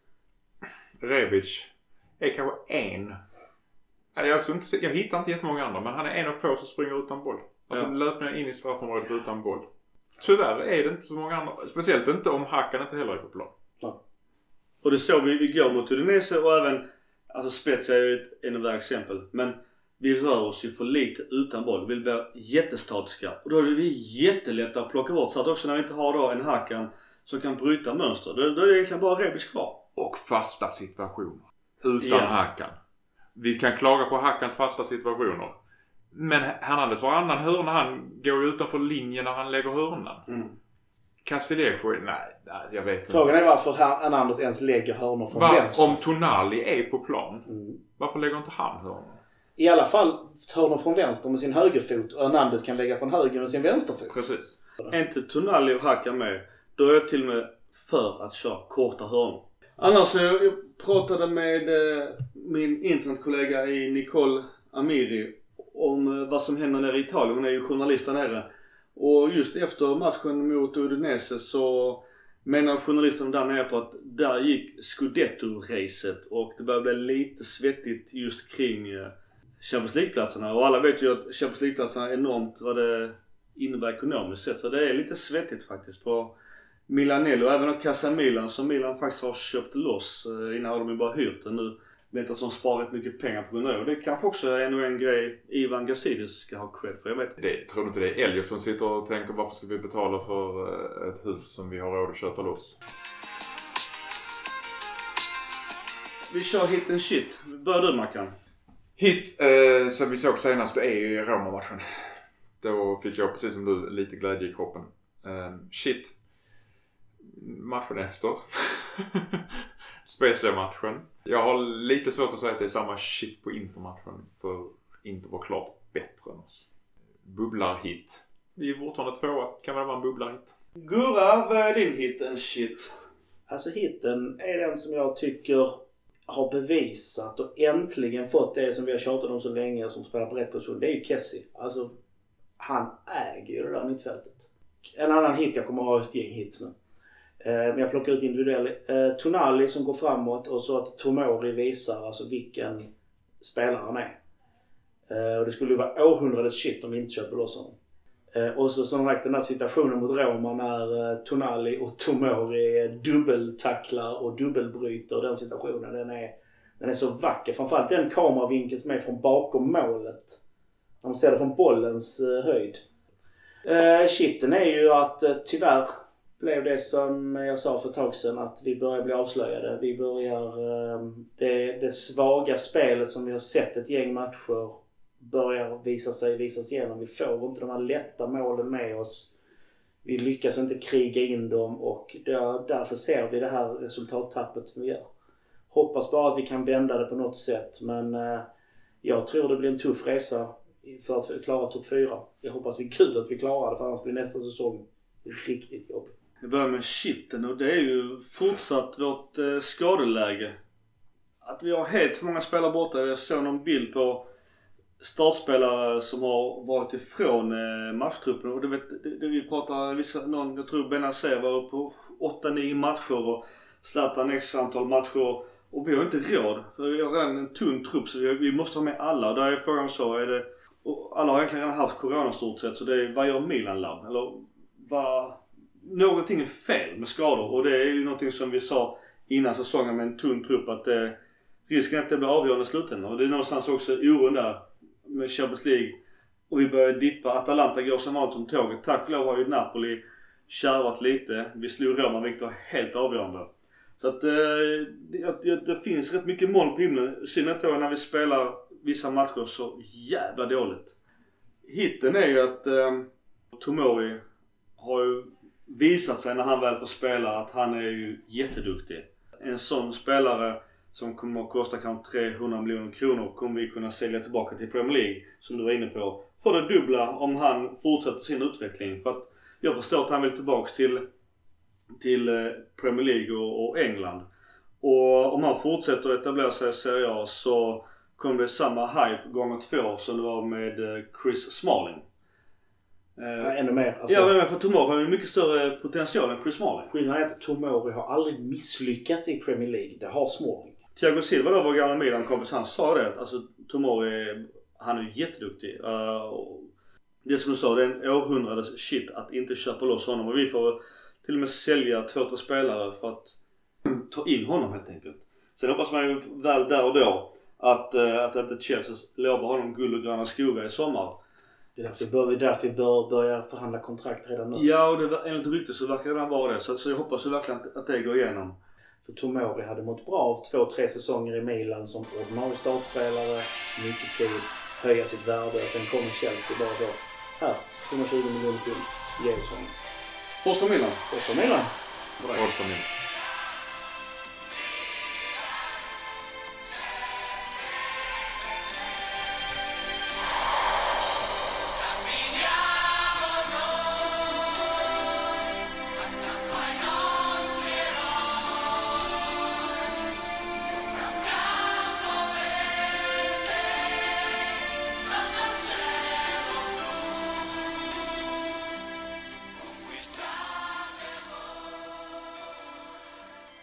Rebic är kanske en. Jag, tror inte, jag hittar inte jättemånga andra, men han är en av få som springer utan boll. Alltså ja. Löpningar in i straffområdet utan boll. Tyvärr är det inte så många andra. Speciellt inte om Hakan inte heller är på plan. Ja. Och det såg vi igår mot Udinese och även, alltså Spezia är ju ett ännu värre exempel. Men vi rör oss ju för lite utan boll. Vi blir jättestatiska. Och då är det jättelätt att plocka bort. Så att också när vi inte har då en Hakan som kan bryta mönster. Då, då är det egentligen bara Rebic kvar. Och fasta situationer. Utan ja. Hakan. Vi kan klaga på Hakans fasta situationer. Men Hernandez var annan hörna. Han går ju utanför linjen när han lägger hörnan. Mm. Castillejo, nej, nej, jag vet inte. Frågan är varför Hernandez ens lägger hörnor från Var, vänster. Om Tonali är på plan, mm. varför lägger inte han hörnor? I alla fall hörnor från vänster med sin högerfot och Hernandez kan lägga från höger med sin vänsterfot. Precis. Inte Tonali och Hakan med. Då är jag till och med för att köra korta hörnor. Annars, jag, jag pratade med eh, min internetkollega i Nicole Amiri om eh, vad som händer nere i Italien. Hon är ju journalist där nere. Och just efter matchen mot Udinese så menar journalisterna där nere på att där gick Scudetto-racet och det började bli lite svettigt just kring eh, Champions League-platserna. Och alla vet ju att Champions League-platserna är enormt vad det innebär ekonomiskt sett. Så det är lite svettigt faktiskt på Milanello. Även av Casa Milan som Milan faktiskt har köpt loss. Innan har de ju bara hyrt det. Nu vet att de sparar rätt mycket pengar på grund av det. Och det kanske också är ännu en grej Ivan Gazidis ska ha cred för. Jag vet det. Jag tror inte det är Elliot som sitter och tänker varför ska vi betala för ett hus som vi har råd att köta loss. Vi kör hit and shit. Börjar du, Mackan? Hit, eh, som vi såg senast, det är ju Roma-matchen. Då fick jag precis som du lite glädje i kroppen. Eh, shit. Matchen efter. Spezia-matchen. Jag har lite svårt att säga att det är samma shit på Inter-matchen. För Inter var klart bättre än oss. Bubblar-hit. Vi är fortfarande tvåa. Kan väl vara en bubblar-hit. Gurra, vad är din hit and shit? Alltså hitten är den som jag tycker har bevisat och äntligen fått det som vi har tjatat om så länge som spelar på rätt position. Det är ju Kessie. Alltså, han äger ju det där mittfältet. En annan hit, jag kommer att ha ett gäng hits nu. Men jag plockar ut individuell. Tonali som går framåt och så att Tomori visar alltså vilken spelare han är. Och det skulle ju vara århundradets shit om vi inte köper loss honom. Och så som sagt den här situationen mot Roma när Tonali och Tomori dubbeltacklar och dubbelbryter den situationen. Den är, den är så vacker. Framförallt den kameravinkeln som är från bakom målet. När man ser det från bollens höjd. Shitten är ju att tyvärr blev det som jag sa för ett tag sedan att vi börjar bli avslöjade. Vi börjar det, det svaga spelet som vi har sett ett gäng matcher börjar visa sig visas igenom. Vi får inte de här lätta målen med oss. Vi lyckas inte kriga in dem och därför ser vi det här resultattappet som vi gör. Hoppas bara att vi kan vända det på något sätt, men jag tror det blir en tuff resa för att klara topp fyra. Jag hoppas vi kul att vi klarar det, för annars blir nästa säsong riktigt jobbigt. Jag börjar med shitten och det är ju fortsatt vårt eh, skadeläge. Att vi har helt för många spelare borta. Jag såg någon bild på startspelare som har varit ifrån eh, matchtruppen. Och du vet, det, det vi pratar, vissa, någon, jag tror Benazer var uppe på åtta nio matcher och Zlatan x antal matcher. Och vi har inte råd. För vi har redan en tunn trupp så vi, vi måste ha med alla. Och där är frågan så, är det Och alla har egentligen redan haft corona stort sett, så det är vad gör Milan Lab? Eller vad... Någonting är fel med skador, och det är ju någonting som vi sa innan säsongen med en tunn trupp, att eh, risken är att det blir avgörande i slutändan. Och det är någonstans också oron där med Champions League. Och vi börjar dippa. Atalanta går som vanligt om tåget. Tack och lov har ju Napoli kärvat lite. Vi slog Roma, vilket var helt avgörande. Så att eh, det, det finns rätt mycket moln på himlen. Synd då när vi spelar vissa matcher så jävla dåligt. Hitten är ju att eh, Tomori har ju visat sig när han väl får spela att han är ju jätteduktig. En sån spelare som kommer att kosta kanske trehundra miljoner kronor kommer vi kunna sälja tillbaka till Premier League, som du var inne på, för det dubbla om han fortsätter sin utveckling. För att jag förstår att han vill tillbaka till, till Premier League och, och England. Och om han fortsätter att etablera sig i Serie A så kommer det samma hype gånger två som det var med Chris Smalling. Ja, ännu mer. Alltså, ja, men för Tomori har ju mycket större potential än Chris Smalling. Skillnaden är att Tomori har aldrig misslyckats i Premier League. Det har Smalling. Thiago Silva då, vår gamla Milan-kompis, han sa det att alltså, Tomori, han är ju jätteduktig. Uh, det som du sa, det är en århundrades shit att inte köpa loss honom. Och vi får till och med sälja två, tre spelare för att ta in honom helt enkelt. Sen hoppas man ju väl där och då att, uh, att inte Chelsea lovar honom guld och gröna skogar i sommar. Det är därför, bör vi, därför vi bör börja förhandla kontrakt redan nu. Ja, och det, enligt rykte så verkar det redan vara det. Så, så jag hoppas ju verkligen att, att det går igenom. För Tomori hade mått bra av två, tre säsonger i Milan som ordinarie startspelare. Mycket tid, höja sitt värde. Och sen kommer Chelsea bara så. Här, hundratjugo miljoner pund. Ge oss honom. Forza Milan. Forza Milan. Forza Milan.